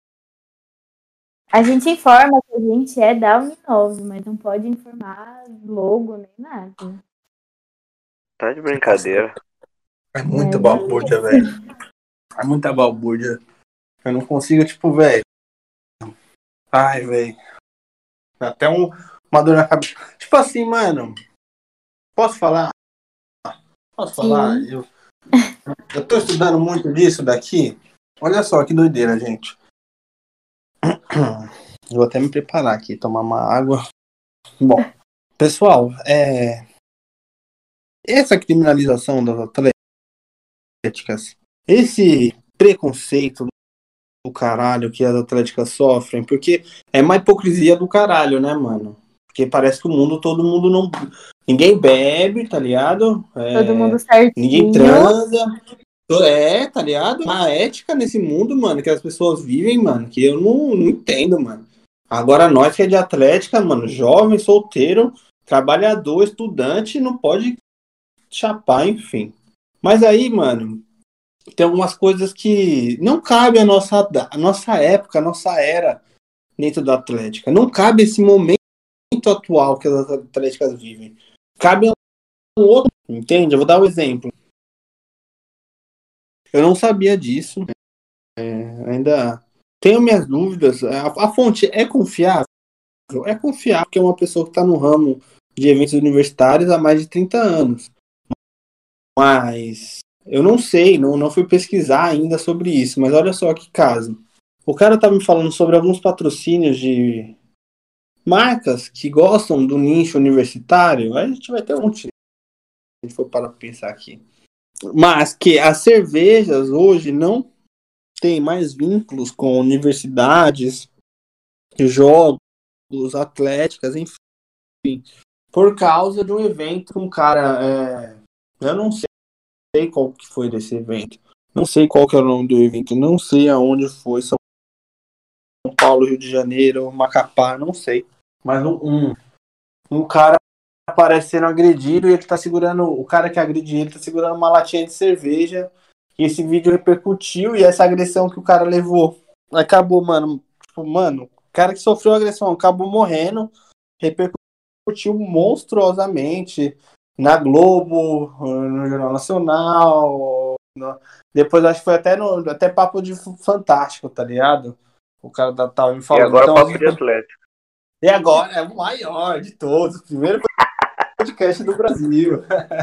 A gente informa que a gente é da Uninove, mas não pode informar logo nem nada. Tá de brincadeira. É muita balbúrdia, velho. É muita balbúrdia. Eu não consigo, tipo, velho. Ai, velho. Até uma dor na cabeça. Tipo assim, mano. Posso falar? Posso falar? Eu tô estudando muito disso daqui. Olha só que doideira, gente. Vou até me preparar aqui, tomar uma água. Bom, pessoal, essa criminalização das atléticas, esse preconceito do caralho que as atléticas sofrem, porque é uma hipocrisia do caralho, né, mano? Porque parece que todo mundo não. Ninguém bebe, tá ligado? Todo mundo certinho. Ninguém transa. Tá ligado? A ética nesse mundo, mano, que as pessoas vivem, mano, que eu não entendo, mano. Agora nós que é de atlética, mano, jovem, solteiro, trabalhador, estudante, não pode chapar, enfim. Mas aí, mano, tem algumas coisas que não cabe a nossa época, a nossa era dentro da atlética. Não cabe esse momento atual que as atléticas vivem. Cabe um outro, entende? Eu vou dar um exemplo. Eu não sabia disso. Ainda tenho minhas dúvidas. A fonte é confiável? É confiável, porque é uma pessoa que está no ramo de eventos universitários há mais de 30 anos. Mas eu não sei, não fui pesquisar ainda sobre isso. Mas olha só que caso. O cara tá me falando sobre alguns patrocínios de marcas que gostam do nicho universitário. Aí a gente vai ter um monte, se a gente for para pensar aqui. Mas que as cervejas hoje não têm mais vínculos com universidades, jogos, atléticas, enfim, por causa de um evento que um cara, eu não sei qual que foi desse evento, não sei qual que era o nome do evento, não sei aonde foi, São Paulo, Rio de Janeiro, Macapá, não sei, mas um cara aparece sendo agredido e ele tá segurando, o cara que agrediu ele tá segurando uma latinha de cerveja, e esse vídeo repercutiu, e essa agressão que o cara levou acabou, mano, tipo, mano, o cara que sofreu a agressão acabou morrendo, repercutiu monstruosamente na Globo, no Jornal Nacional, depois acho que foi até papo de Fantástico, tá ligado? O cara tava me E falando. agora Então, papo de Atlético. e agora é o maior de todos, o primeiro podcast do Brasil.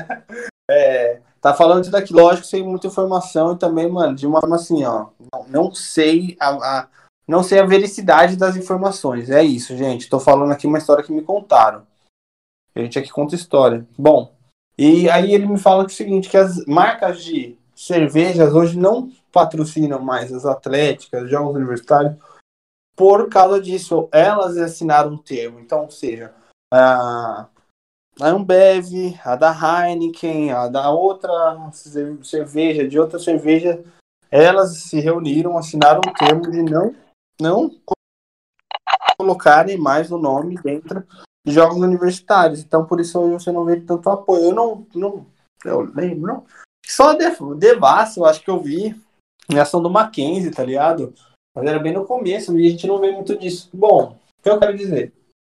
Tá falando disso daqui, lógico, sem muita informação e também, mano, de uma forma assim, ó, não sei não sei a vericidade das informações. É isso, gente. Tô falando aqui uma história que me contaram. A gente aqui conta história. Bom, e aí ele me fala que é o seguinte, que as marcas de cervejas hoje não patrocinam mais as atléticas, jogos universitários, por causa disso. Elas assinaram um termo. Então, ou seja, a Ambev, a da Heineken, a da outra cerveja, de outra cerveja, elas se reuniram, assinaram um termo de não colocarem mais o nome dentro de jogos universitários. Então, por isso hoje você não vê tanto apoio. Eu lembro, não. Só Devassa, eu acho que eu vi em ação do Mackenzie, tá ligado? Mas era bem no começo e a gente não vê muito disso. Bom, o que eu quero dizer?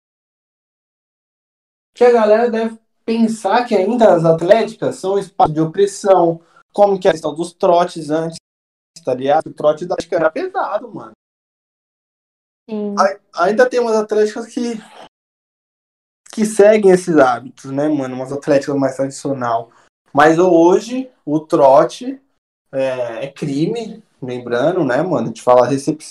Que a galera deve pensar que ainda as atléticas são espaço de opressão, como que a questão dos trotes antes, tá ligado? O trote da atlética era pesado, mano. Sim. Ainda tem umas atléticas que seguem esses hábitos, né, mano? Umas atléticas mais tradicional. Mas hoje, o trote é crime, lembrando, né, mano? A gente fala recepção,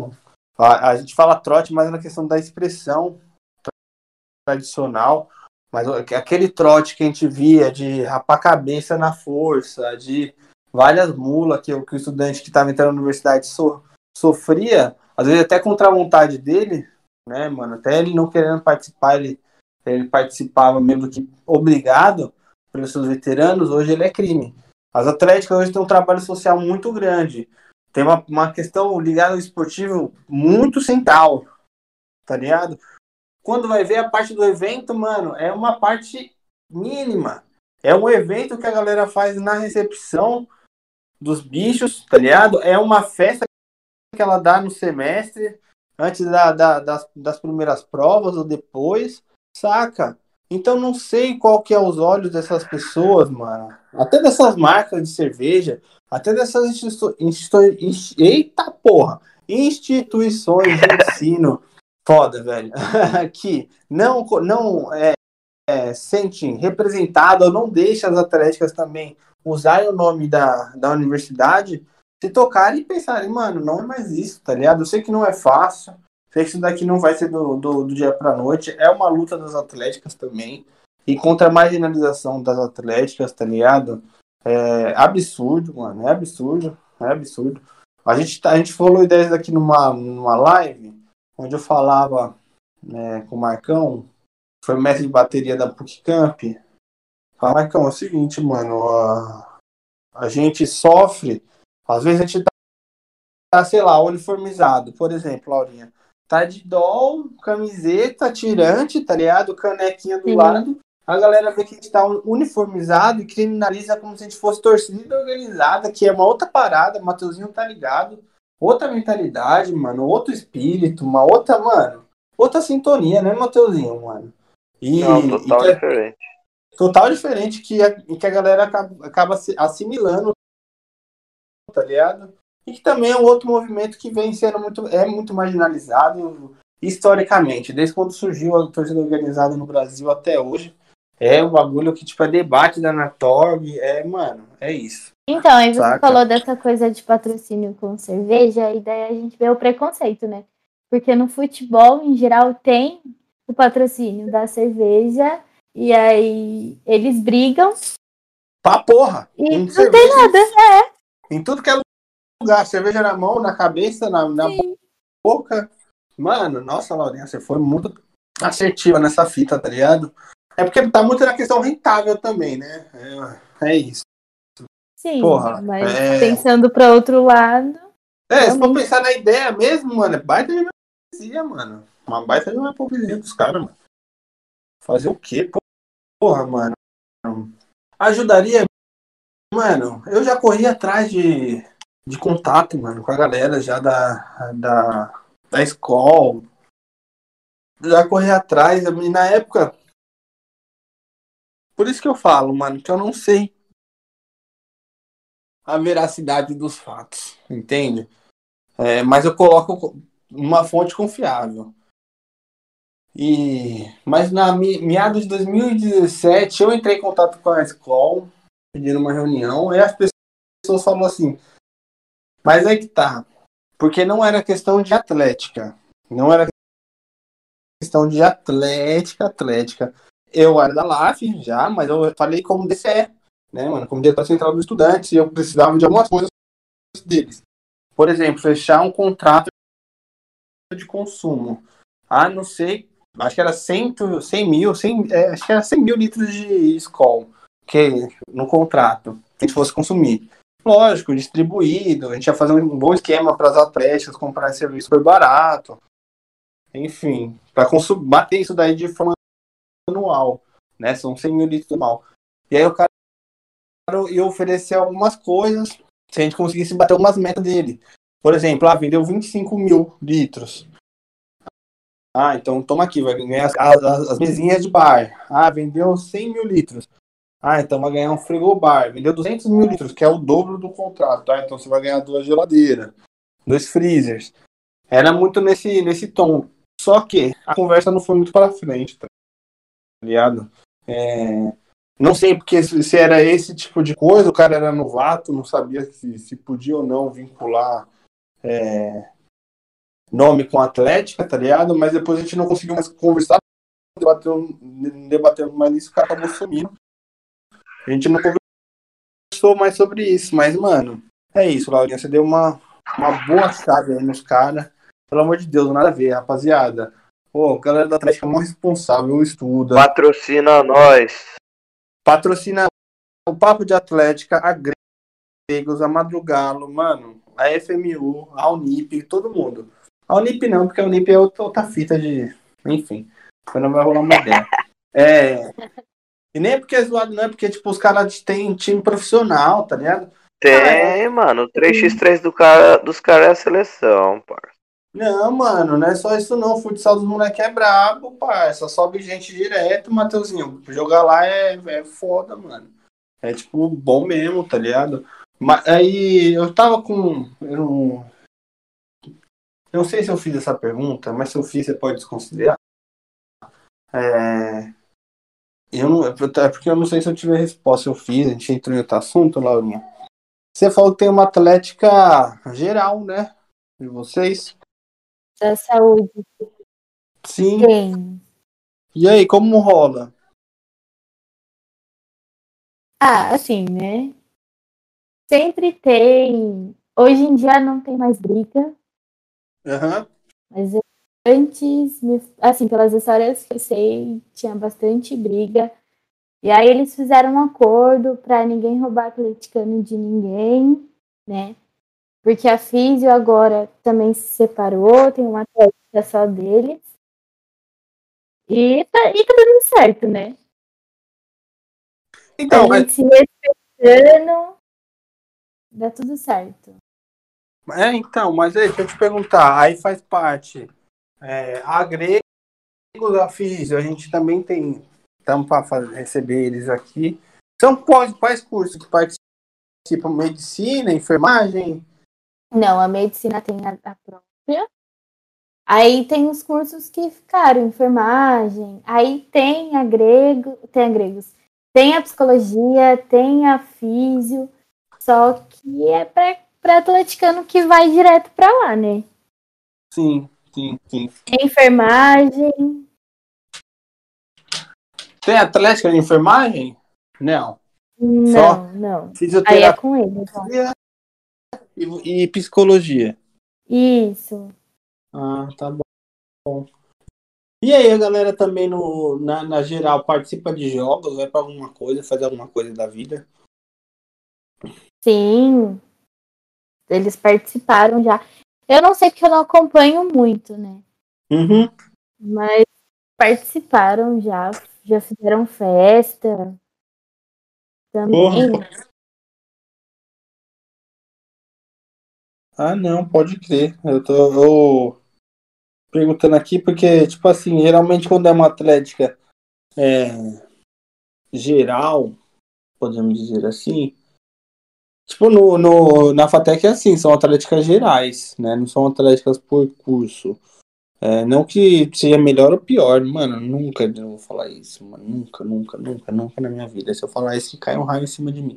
a gente fala trote, mas na questão da expressão tradicional. Mas aquele trote que a gente via de rapar a cabeça na força, de várias mulas que o estudante que estava entrando na universidade sofria, às vezes até contra a vontade dele, né, mano? Até ele não querendo participar, ele participava mesmo que obrigado pelos seus veteranos, hoje ele é crime. As atléticas hoje têm um trabalho social muito grande. Tem uma questão ligada ao esportivo muito central, tá ligado? Quando vai ver a parte do evento, mano, é uma parte mínima. É um evento que a galera faz na recepção dos bichos, tá ligado? É uma festa que ela dá no semestre, antes das primeiras provas ou depois, saca? Então não sei qual que é os olhos dessas pessoas, mano. Até dessas marcas de cerveja, até dessas eita porra! Instituições de ensino. Foda, velho. Que não sentem representado ou não deixa as atléticas também usarem o nome da universidade, se tocarem e pensarem, mano, não é mais isso, tá ligado? Eu sei que não é fácil, sei que isso daqui não vai ser do dia pra noite, é uma luta das atléticas também, e contra a marginalização das atléticas, tá ligado? É absurdo, mano, é absurdo, é absurdo. A gente falou ideias aqui numa live, onde eu falava, né, com o Marcão, foi mestre de bateria da PUC Camp. Fala, Marcão, é o seguinte, mano, a gente sofre, às vezes a gente tá, sei lá, uniformizado, por exemplo, Laurinha, tá de doll, camiseta, tirante, tá ligado? Canequinha do lado, a galera vê que a gente tá uniformizado e criminaliza como se a gente fosse torcida organizada, que é uma outra parada, o Mateuzinho tá ligado, outra mentalidade, mano, outro espírito, uma outra, mano, outra sintonia, né, Mateuzinho, mano? Não, total diferente. Total diferente que a galera acaba assimilando, tá ligado? E que também é um outro movimento que vem sendo muito marginalizado historicamente, desde quando surgiu a torcida organizada no Brasil até hoje. É um bagulho que, tipo, é debate da Anatorg, mano, é isso. Então, aí você falou dessa coisa de patrocínio com cerveja, e daí a gente vê o preconceito, né? Porque no futebol, em geral, tem o patrocínio da cerveja, e aí eles brigam. Pra porra! E não tem nada, Em tudo que é lugar, cerveja na mão, na cabeça, na boca. Mano, nossa, Laurinha, você foi muito assertiva nessa fita, tá ligado? É porque tá muito na questão rentável também, né? É isso. Sim, porra, mas pensando pra outro lado... Se for pensar na ideia mesmo, mano, é baita de hipocrisia, mano. Uma baita de uma hipocrisia dos caras, mano. Fazer o quê? Porra, mano. Ajudaria, mano. Eu já corri atrás de contato, mano, com a galera já da escola. Já corri atrás, e na época... Por isso que eu falo, mano, que eu não sei a veracidade dos fatos, entende? Mas eu coloco uma fonte confiável. Mas na meados de 2017, eu entrei em contato com a escola, pedindo uma reunião, e as pessoas falaram assim, mas aí que tá, porque não era questão de atlética, não era questão de atlética. Eu era da LAF já, mas eu falei como DCE, né, mano, como diretor central dos estudantes, e eu precisava de algumas coisas deles. Por exemplo, fechar um contrato de consumo. Não sei, acho que era 100 mil, acho que era 100 mil litros de Skol, que no contrato, que a gente fosse consumir. Lógico, distribuído, a gente ia fazer um bom esquema para as atléticas, comprar esse serviço por barato. Enfim, para bater isso daí de forma anual, né? São 100 mil litros anual. E aí o cara ia oferecer algumas coisas, se a gente conseguisse bater algumas metas dele. Por exemplo, vendeu 25 mil litros. Então toma aqui, vai ganhar as mesinhas de bar. Vendeu 100 mil litros. Então vai ganhar um frigobar. Vendeu 200 mil litros, que é o dobro do contrato. Então você vai ganhar 2 geladeiras, 2 freezers. Era muito nesse tom. Só que a conversa não foi muito para frente, tá ligado? Não sei porque se era esse tipo de coisa, o cara era novato, não sabia se podia ou não vincular nome com Atlética, tá ligado? Mas depois a gente não conseguiu mais conversar debatendo mais nisso, o cara acabou sumindo. A gente não conversou mais sobre isso, mas, mano, é isso, Laurinha. Você deu uma boa chave aí nos caras. Pelo amor de Deus, nada a ver, rapaziada. Pô, a galera da Atlética é mó responsável, estuda. Patrocina nós. Patrocina o Papo de Atlética, a Gregos, a Madrugalo, mano, a FMU, a Unip, todo mundo. A Unip não, porque a Unip é outra fita de... Enfim, não vai rolar uma ideia. E nem é porque é zoado, não, é porque, tipo, os caras têm time profissional, tá ligado? Tem, mano. O 3x3 dos caras é a seleção, parça. Não, mano, não é só isso não. O futsal dos moleques é brabo, parça. Sobe gente direto, Mateuzinho. Jogar lá é foda, mano. É, tipo, bom mesmo, tá ligado? Mas aí eu tava com... Eu não sei se eu fiz essa pergunta, mas se eu fiz, você pode desconsiderar. É porque eu não sei se eu tiver resposta. Eu fiz, a gente entrou em outro assunto, Laurinha. Você falou que tem uma atlética geral, né? De vocês? Da saúde. Sim. Tem. E aí, como rola? Assim, né? Sempre tem. Hoje em dia não tem mais briga. Aham. Mas antes, assim, pelas histórias que eu sei, tinha bastante briga. E aí eles fizeram um acordo para ninguém roubar atleticano de ninguém, né? Porque a Físio agora também se separou, tem uma atlética só deles. E tá dando certo, né? Então, a gente se respeitando, dá tudo certo. mas aí, deixa eu te perguntar. Aí faz parte a Gregos, a Físio, a gente também tem... Estamos para receber eles aqui. São quais cursos que participam? Medicina, enfermagem? Não, a medicina tem a própria. Aí tem os cursos que ficaram, enfermagem. Aí tem a Gregos. Tem a psicologia, tem a físio. Só que é para atleticano que vai direto para lá, né? Sim. Tem enfermagem. Tem atlética de enfermagem? Não. Só Não. Aí é fisioterapia com ele, então. e psicologia. Isso. Ah, tá bom. E aí, a galera também na geral participa de jogos, vai pra alguma coisa, faz alguma coisa da vida? Sim. Eles participaram já. Eu não sei porque eu não acompanho muito, né? Uhum. Mas participaram já fizeram festa também. Porra. Ah, não, pode crer. Eu tô perguntando aqui porque, tipo assim, geralmente quando é uma atlética geral, podemos dizer assim, tipo na FATEC é assim, são atléticas gerais, né? Não são atléticas por curso. Não que seja melhor ou pior, mano, nunca eu vou falar isso, mano, nunca na minha vida. Se eu falar isso, que cai um raio em cima de mim.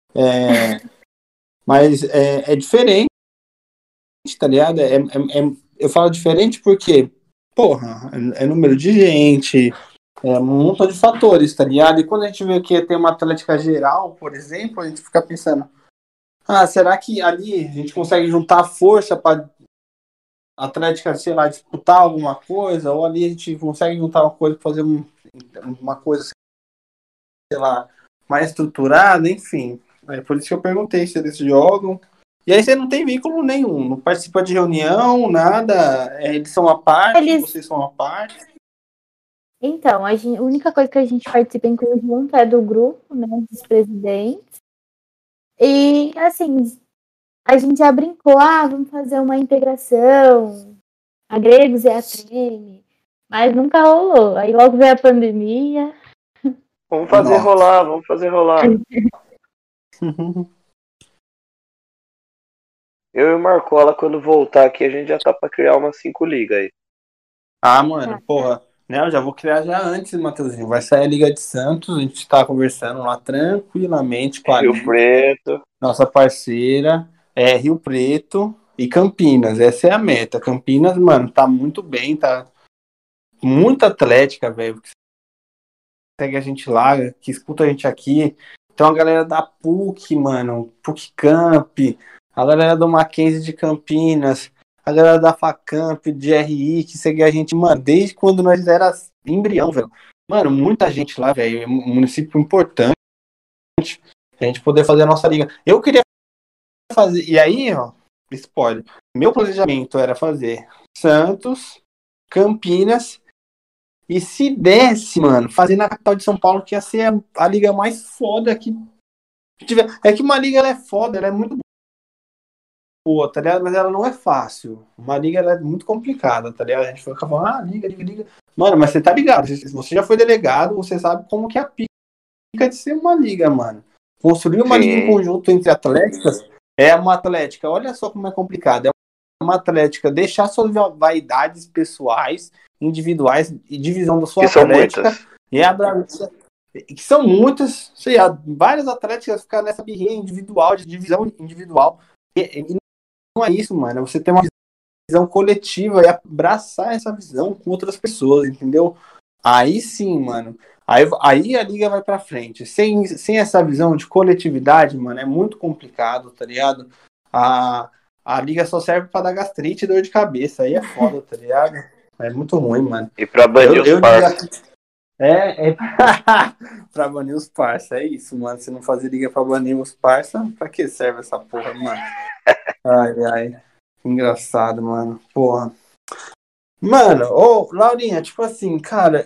Mas é diferente, tá ligado? Eu falo diferente porque, porra, é número de gente, um montão de fatores, tá ligado? E quando a gente vê que tem uma atlética geral, por exemplo, a gente fica pensando, será que ali a gente consegue juntar força para Atlética, sei lá, disputar alguma coisa, ou ali a gente consegue juntar uma coisa, fazer uma coisa, sei lá, mais estruturada, enfim. É por isso que eu perguntei se eles jogam. E aí você não tem vínculo nenhum, não participa de reunião, nada, eles são a parte, vocês são a parte. Então, a única coisa que a gente participa em conjunto é do grupo, né, dos presidentes. E, assim, a gente já brincou, vamos fazer uma integração, a Gregos e a Treme, mas nunca rolou. Aí logo veio a pandemia. Vamos fazer rolar. Eu e o Marcola, quando voltar aqui, a gente já tá pra criar umas 5 ligas aí. Mano, porra, né, eu já vou criar já antes, Matheusinho. Vai sair a Liga de Santos, a gente tá conversando lá tranquilamente com a Rio Preto. nossa parceira, Rio Preto e Campinas. Essa é a meta. Campinas, mano, tá muito bem, tá muita atlética, velho, que segue a gente lá, que escuta a gente aqui. Tem uma galera da PUC, mano, PUC Camp, a galera do Mackenzie de Campinas, a galera da Facamp, de RI, que segue a gente, mano, desde quando nós era embrião, velho. Mano, muita gente lá, velho, é um município importante, a gente poder fazer a nossa liga. Eu queria fazer, e aí, ó, spoiler, meu planejamento era fazer Santos, Campinas, e se desse, mano, fazer na capital de São Paulo, que ia ser a liga mais foda que tiver. É que uma liga ela é foda, ela é muito boa, tá ligado? Mas ela não é fácil. Uma liga ela é muito complicada, tá ligado? A gente fica falando, liga. Mano, mas você tá ligado, você já foi delegado, você sabe como que é a pica de ser uma liga, mano. Construir uma liga em conjunto entre atléticas é uma atlética, olha só como é complicado. É uma atlética deixar suas vaidades pessoais, individuais e divisão da sua que atlética. São muitas. E que são muitas, sei lá, várias atléticas ficam nessa birrinha individual, de divisão individual. E não é isso, mano. É você ter uma visão coletiva e abraçar essa visão com outras pessoas, entendeu? Aí sim, mano. Aí a liga vai pra frente. Sem essa visão de coletividade, mano, é muito complicado, tá ligado? A liga só serve pra dar gastrite e dor de cabeça. Aí é foda, tá ligado? É muito ruim, mano. E pra banir os parceiros. Pra banir os parça, é isso, mano. Se não fazer liga pra banir os parça, pra que serve essa porra, mano? Ai. Engraçado, mano. Porra. Mano, Laurinha, tipo assim, cara,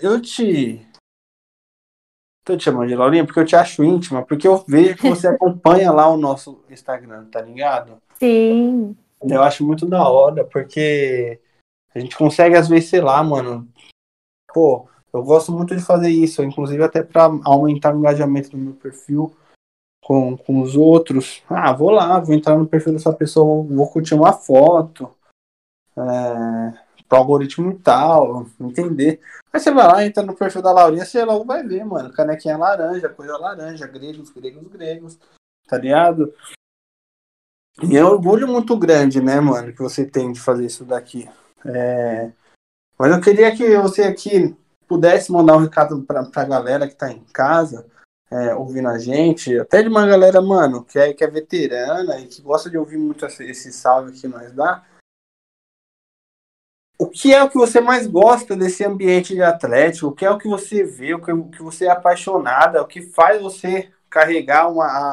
tô te chamando de Laurinha porque eu te acho íntima, porque eu vejo que você acompanha lá o nosso Instagram, tá ligado? Sim. Eu acho muito da hora, porque a gente consegue, às vezes, sei lá, mano. Pô, eu gosto muito de fazer isso, inclusive até pra aumentar o engajamento do meu perfil com os outros. Ah, vou lá, vou entrar no perfil dessa pessoa, vou curtir uma foto. Pro algoritmo e tal, entender. Aí você vai lá, entra no perfil da Laurinha, você logo vai ver, mano. Canequinha laranja, coisa laranja, gregos, tá ligado? E é um orgulho muito grande, né, mano, que você tem de fazer isso daqui. Mas eu queria que você aqui pudesse mandar um recado pra galera que tá em casa, ouvindo a gente, até de uma galera, mano, que é veterana e que gosta de ouvir muito esse salve que nós dá. O que é o que você mais gosta desse ambiente de atlético? O que é o que você vê? O que você é apaixonada? O que faz você carregar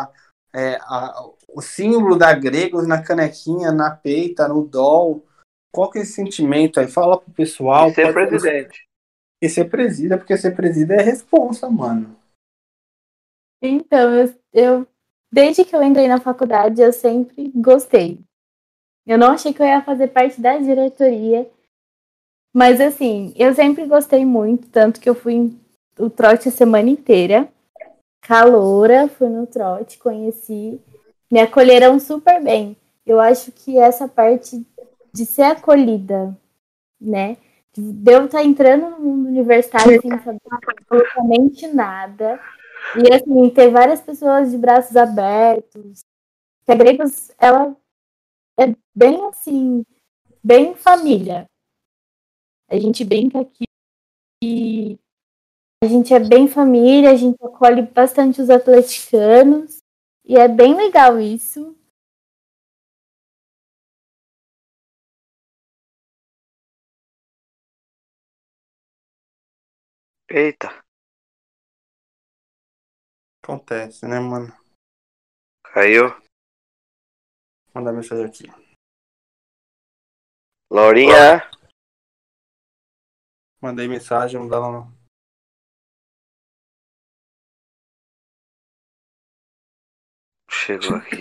o símbolo da Gregos na canequinha, na peita, no doll? Qual que é esse sentimento aí? Fala pro pessoal. E ser presidente. E ser presida, porque ser presida é responsa, mano. Então, desde que eu entrei na faculdade, eu sempre gostei. Eu não achei que eu ia fazer parte da diretoria, mas assim, eu sempre gostei muito, tanto que eu fui o trote a semana inteira. Caloura, fui no trote, conheci, me acolheram super bem. Eu acho que essa parte de ser acolhida, né? De eu estar entrando no mundo universitário sem saber absolutamente nada. E assim, ter várias pessoas de braços abertos. A Gregos, ela é bem assim, bem família. A gente brinca aqui que a gente é bem família, a gente acolhe bastante os atleticanos. E é bem legal isso. Eita. Acontece, né, mano? Caiu. Mandar mensagem aqui. Laurinha. Mandei mensagem, não dá não. Chegou aqui.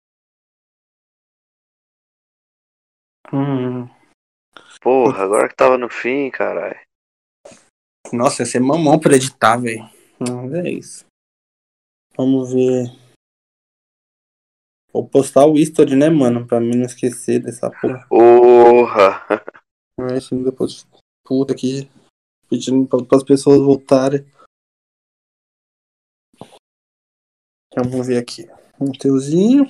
Porra, agora que tava no fim, caralho. Nossa, ia ser mamão pra editar, velho. É isso. Vamos ver. Vou postar o history, né, mano? Pra mim não esquecer dessa porra. Porra. Assim, depois puta aqui pedindo para as pessoas voltarem. Vamos ver aqui. Um teuzinho.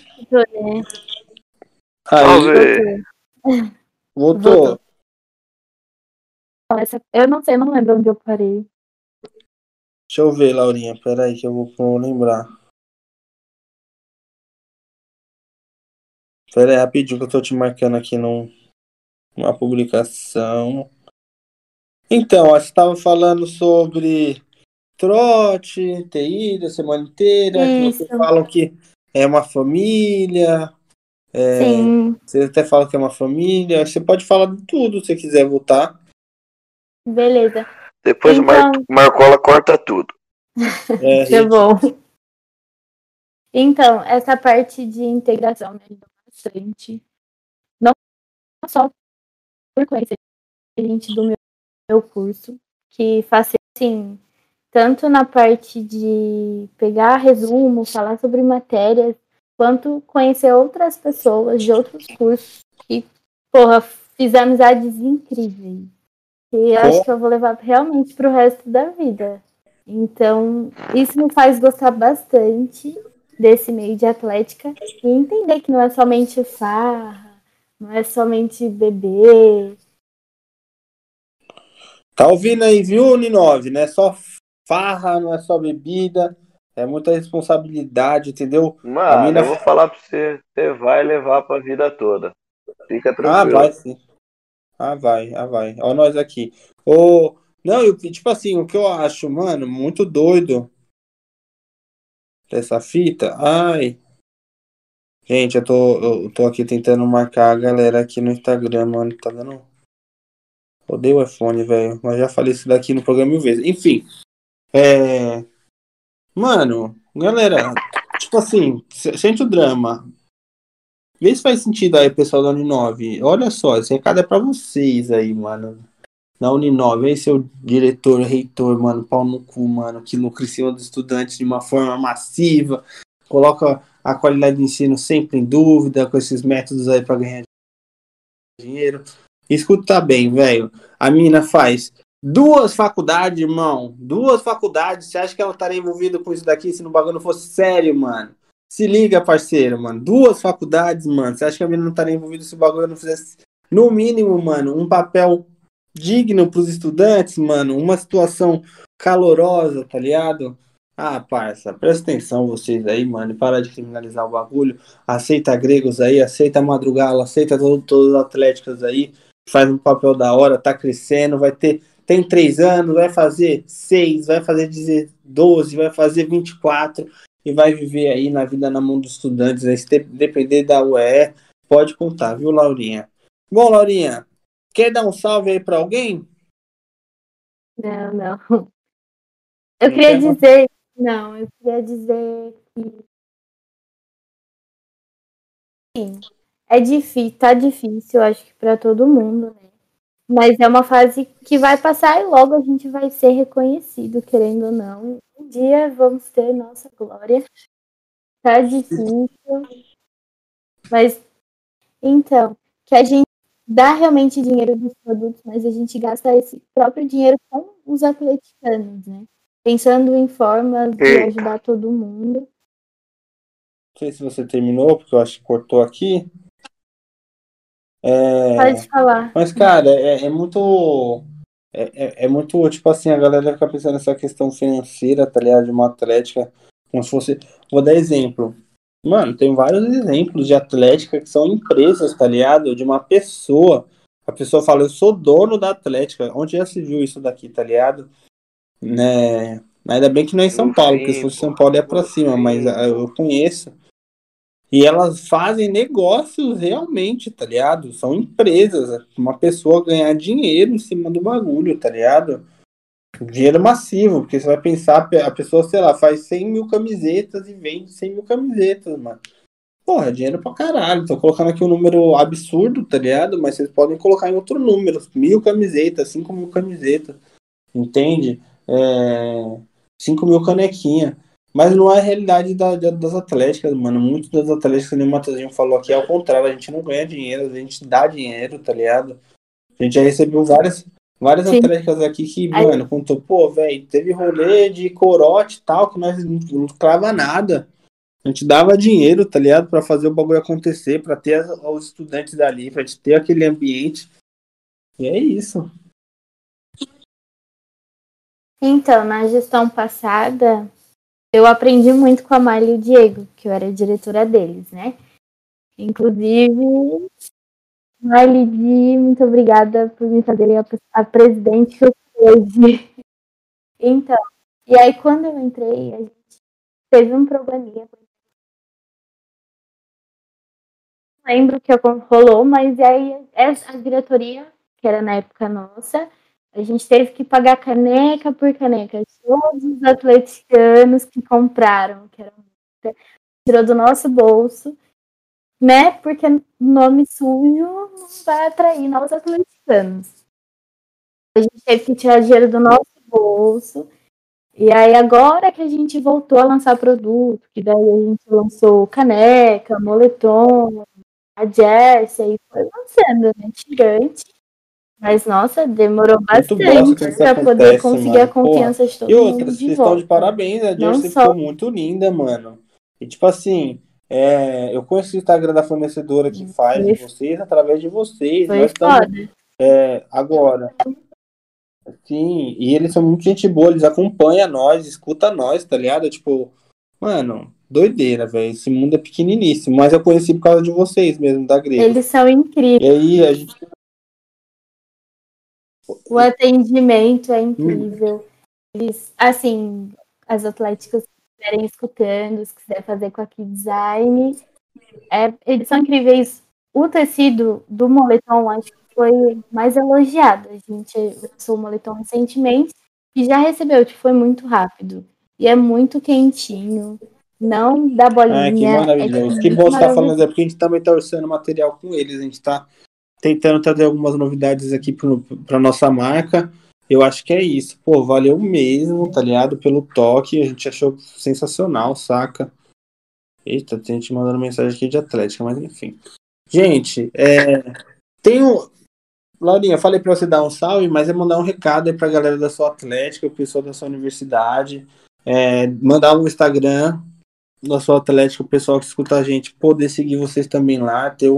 Aí. Salve. Voltou. Eu não sei, eu não lembro onde eu parei. Deixa eu ver, Laurinha. Peraí que eu vou lembrar. Peraí, rapidinho que eu tô te marcando aqui numa publicação. Então, ó, você estava falando sobre trote, ter ido a semana inteira, que vocês Isso, falam que é uma família. sim, Você até fala que é uma família. Você pode falar de tudo se quiser voltar. beleza. Depois o Então, Marcola corta tudo. É, isso é bom. Então, essa parte de integração me ajudou bastante. Não só por conhecer gente do meu curso, que faz assim, tanto na parte de pegar resumo, falar sobre matérias, quanto conhecer outras pessoas de outros cursos que, porra, fiz amizades incríveis. E acho pô, que eu vou levar realmente pro resto da vida. Então, isso me faz gostar bastante desse meio de atlética e entender que não é somente farra, não é somente beber. tá ouvindo aí, viu, Ninove? Não é só farra, não é só bebida. É muita responsabilidade, entendeu? A Mano, mina. eu vou falar pra você, você vai levar pra vida toda. Fica Ah, tranquilo. vai sim. Ah, vai. Ó, nós aqui. Ô, não, eu, tipo assim, o que eu acho, mano, muito doido dessa fita. Ai, gente, eu tô aqui tentando marcar a galera aqui no Instagram, mano. Tá dando. Odeio o iPhone, velho. Mas já falei isso daqui no programa mil vezes. Enfim, é. Mano, galera, tipo assim, sente o drama. Vê se faz sentido aí, pessoal da Uninove. Olha só, esse recado é pra vocês aí, mano. Na Uninove, aí seu diretor, reitor, mano, pau no cu, mano, que lucra em cima dos estudantes de uma forma massiva, coloca a qualidade de ensino sempre em dúvida, com esses métodos aí pra ganhar dinheiro. Escuta bem, velho. A mina faz duas faculdades, irmão. Duas faculdades. Você acha que ela estaria envolvida com isso daqui se no bagulho não fosse sério, mano? Se liga, parceiro, mano. Duas faculdades, mano. Você acha que a mina não estaria envolvida se o bagulho não fizesse, no mínimo, mano, um papel digno pros estudantes, mano? Uma situação calorosa, tá ligado? Ah, parça, presta atenção vocês aí, mano. E para de criminalizar o bagulho. Aceita gregos aí, aceita Madrugala, aceita todos os atléticos aí, faz um papel da hora, tá crescendo, tem 3 anos, vai fazer 6, vai fazer 12, vai fazer 24 e vai viver aí na vida na mão dos estudantes, aí, se depender da UE, pode contar, viu, Laurinha? Bom, Laurinha, quer dar um salve aí pra alguém? Não, não. Eu Não queria quer? dizer, não, eu queria dizer que sim, é difícil, tá difícil, eu acho que para todo mundo, né? Mas é uma fase que vai passar e logo a gente vai ser reconhecido, querendo ou não. Um dia vamos ter nossa glória. Tá difícil, mas então, que a gente dá realmente dinheiro dos produtos, mas a gente gasta esse próprio dinheiro com os atleticanos, né? Pensando em formas de Eita. ajudar todo mundo. Não sei se você terminou, porque eu acho que cortou aqui. Pode falar. Mas, cara, é muito. É muito, tipo assim, a galera fica pensando nessa questão financeira, tá ligado? De uma atlética, como se fosse. Vou dar exemplo. Mano, tem vários exemplos de atlética que são empresas, tá ligado? De uma pessoa. A pessoa fala, eu sou dono da atlética. Onde já se viu isso daqui, tá ligado? Né? Ainda bem que não é em São No Paulo, porque se fim, fosse pô. São Paulo é pra No cima, mas fim. eu conheço. E elas fazem negócios realmente, tá ligado? São empresas. Uma pessoa ganhar dinheiro em cima do bagulho, tá ligado? Dinheiro massivo, porque você vai pensar, a pessoa, sei lá, faz 100 mil camisetas e vende 100 mil camisetas, mano. Porra, é dinheiro pra caralho. Tô colocando aqui um número absurdo, tá ligado? Mas vocês podem colocar em outro número. 1.000 camisetas, 5.000 camisetas. Entende? 5.000 canequinha. Mas não é a realidade das atléticas, mano. Muitas das atléticas, como o Matosinho falou aqui, é ao contrário. A gente não ganha dinheiro, a gente dá dinheiro, tá ligado? A gente já recebeu várias Sim, atléticas aqui que, mano, contou, pô, velho, teve rolê de corote e tal, que nós não clava nada. A gente dava dinheiro, tá ligado? Pra fazer o bagulho acontecer, pra ter os estudantes dali, pra gente ter aquele ambiente. E é isso. Então, na gestão passada, eu aprendi muito com a Marli e o Diego, que eu era diretora deles, né? Inclusive, Marli, muito obrigada por me fazerem a presidente que eu sou hoje. Então, e aí quando eu entrei, a gente teve um probleminha. Não lembro o que rolou, mas aí a diretoria, que era na época nossa, a gente teve que pagar caneca por caneca. Todos os atleticanos que compraram, que era tirou do nosso bolso, né? Porque nome sujo não vai atrair novos atleticanos. A gente teve que tirar dinheiro do nosso bolso. E aí agora que a gente voltou a lançar produto, que daí a gente lançou caneca, moletom, a jersey, foi lançando, né? Gigante. Mas, nossa, demorou bastante para poder conseguir mano. a confiança de todo E mundo outras, de vocês estão de volta. parabéns, a Não jersey só ficou muito linda, mano. E tipo assim, eu conheci o Instagram da fornecedora que faz de vocês através de vocês. foi Nós estamos foda. agora. Sim, e eles são muito gente boa, eles acompanham nós, escutam nós, tá ligado? Tipo, mano, doideira, velho. Esse mundo é pequeniníssimo, mas eu conheci por causa de vocês mesmo, da Grego. Eles são incríveis. E aí a gente. O atendimento é incrível. Eles, assim, as atléticas que estiverem escutando, se quiser fazer com a Key Design, eles são incríveis. O tecido do moletom, acho que foi mais elogiado. A gente lançou o moletom recentemente e já recebeu, que foi muito rápido. E é muito quentinho, não dá Ah, que bolinha. maravilhoso. Que bom você estar falando, é porque a gente também está orçando material com eles. A gente está tentando trazer algumas novidades aqui para nossa marca. Eu acho que é isso. Pô, valeu mesmo, tá ligado? Pelo toque. A gente achou sensacional, saca? Eita, tem gente mandando mensagem aqui de Atlética, mas enfim. Gente, tem um. Laurinha, eu falei para você dar um salve, mas é mandar um recado aí pra galera da sua Atlética, o pessoal da sua universidade. Mandar um Instagram da sua Atlética, o pessoal que escuta a gente poder seguir vocês também lá, ter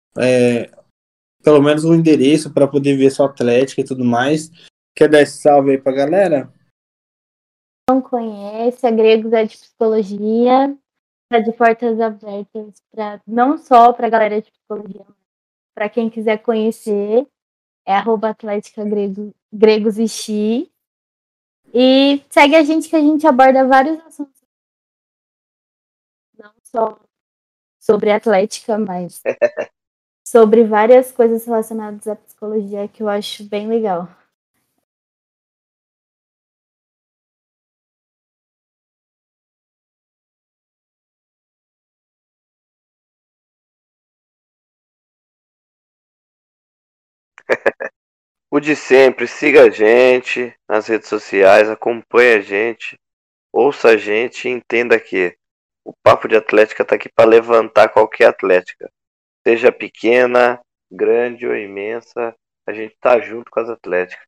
pelo menos um endereço para poder ver sua Atlética e tudo mais. Quer dar esse salve aí pra galera? Não conhece, a Gregos é de psicologia, está de portas abertas para não só para a galera de psicologia, para quem quiser conhecer, é @Atlética Gregos e Xi. E segue a gente que a gente aborda vários assuntos, não só sobre atlética, mas sobre várias coisas relacionadas à psicologia que eu acho bem legal. O de sempre, siga a gente nas redes sociais, acompanhe a gente, ouça a gente e entenda que o Papo de Atlética está aqui para levantar qualquer atlética. Seja pequena, grande ou imensa, a gente tá junto com as atléticas.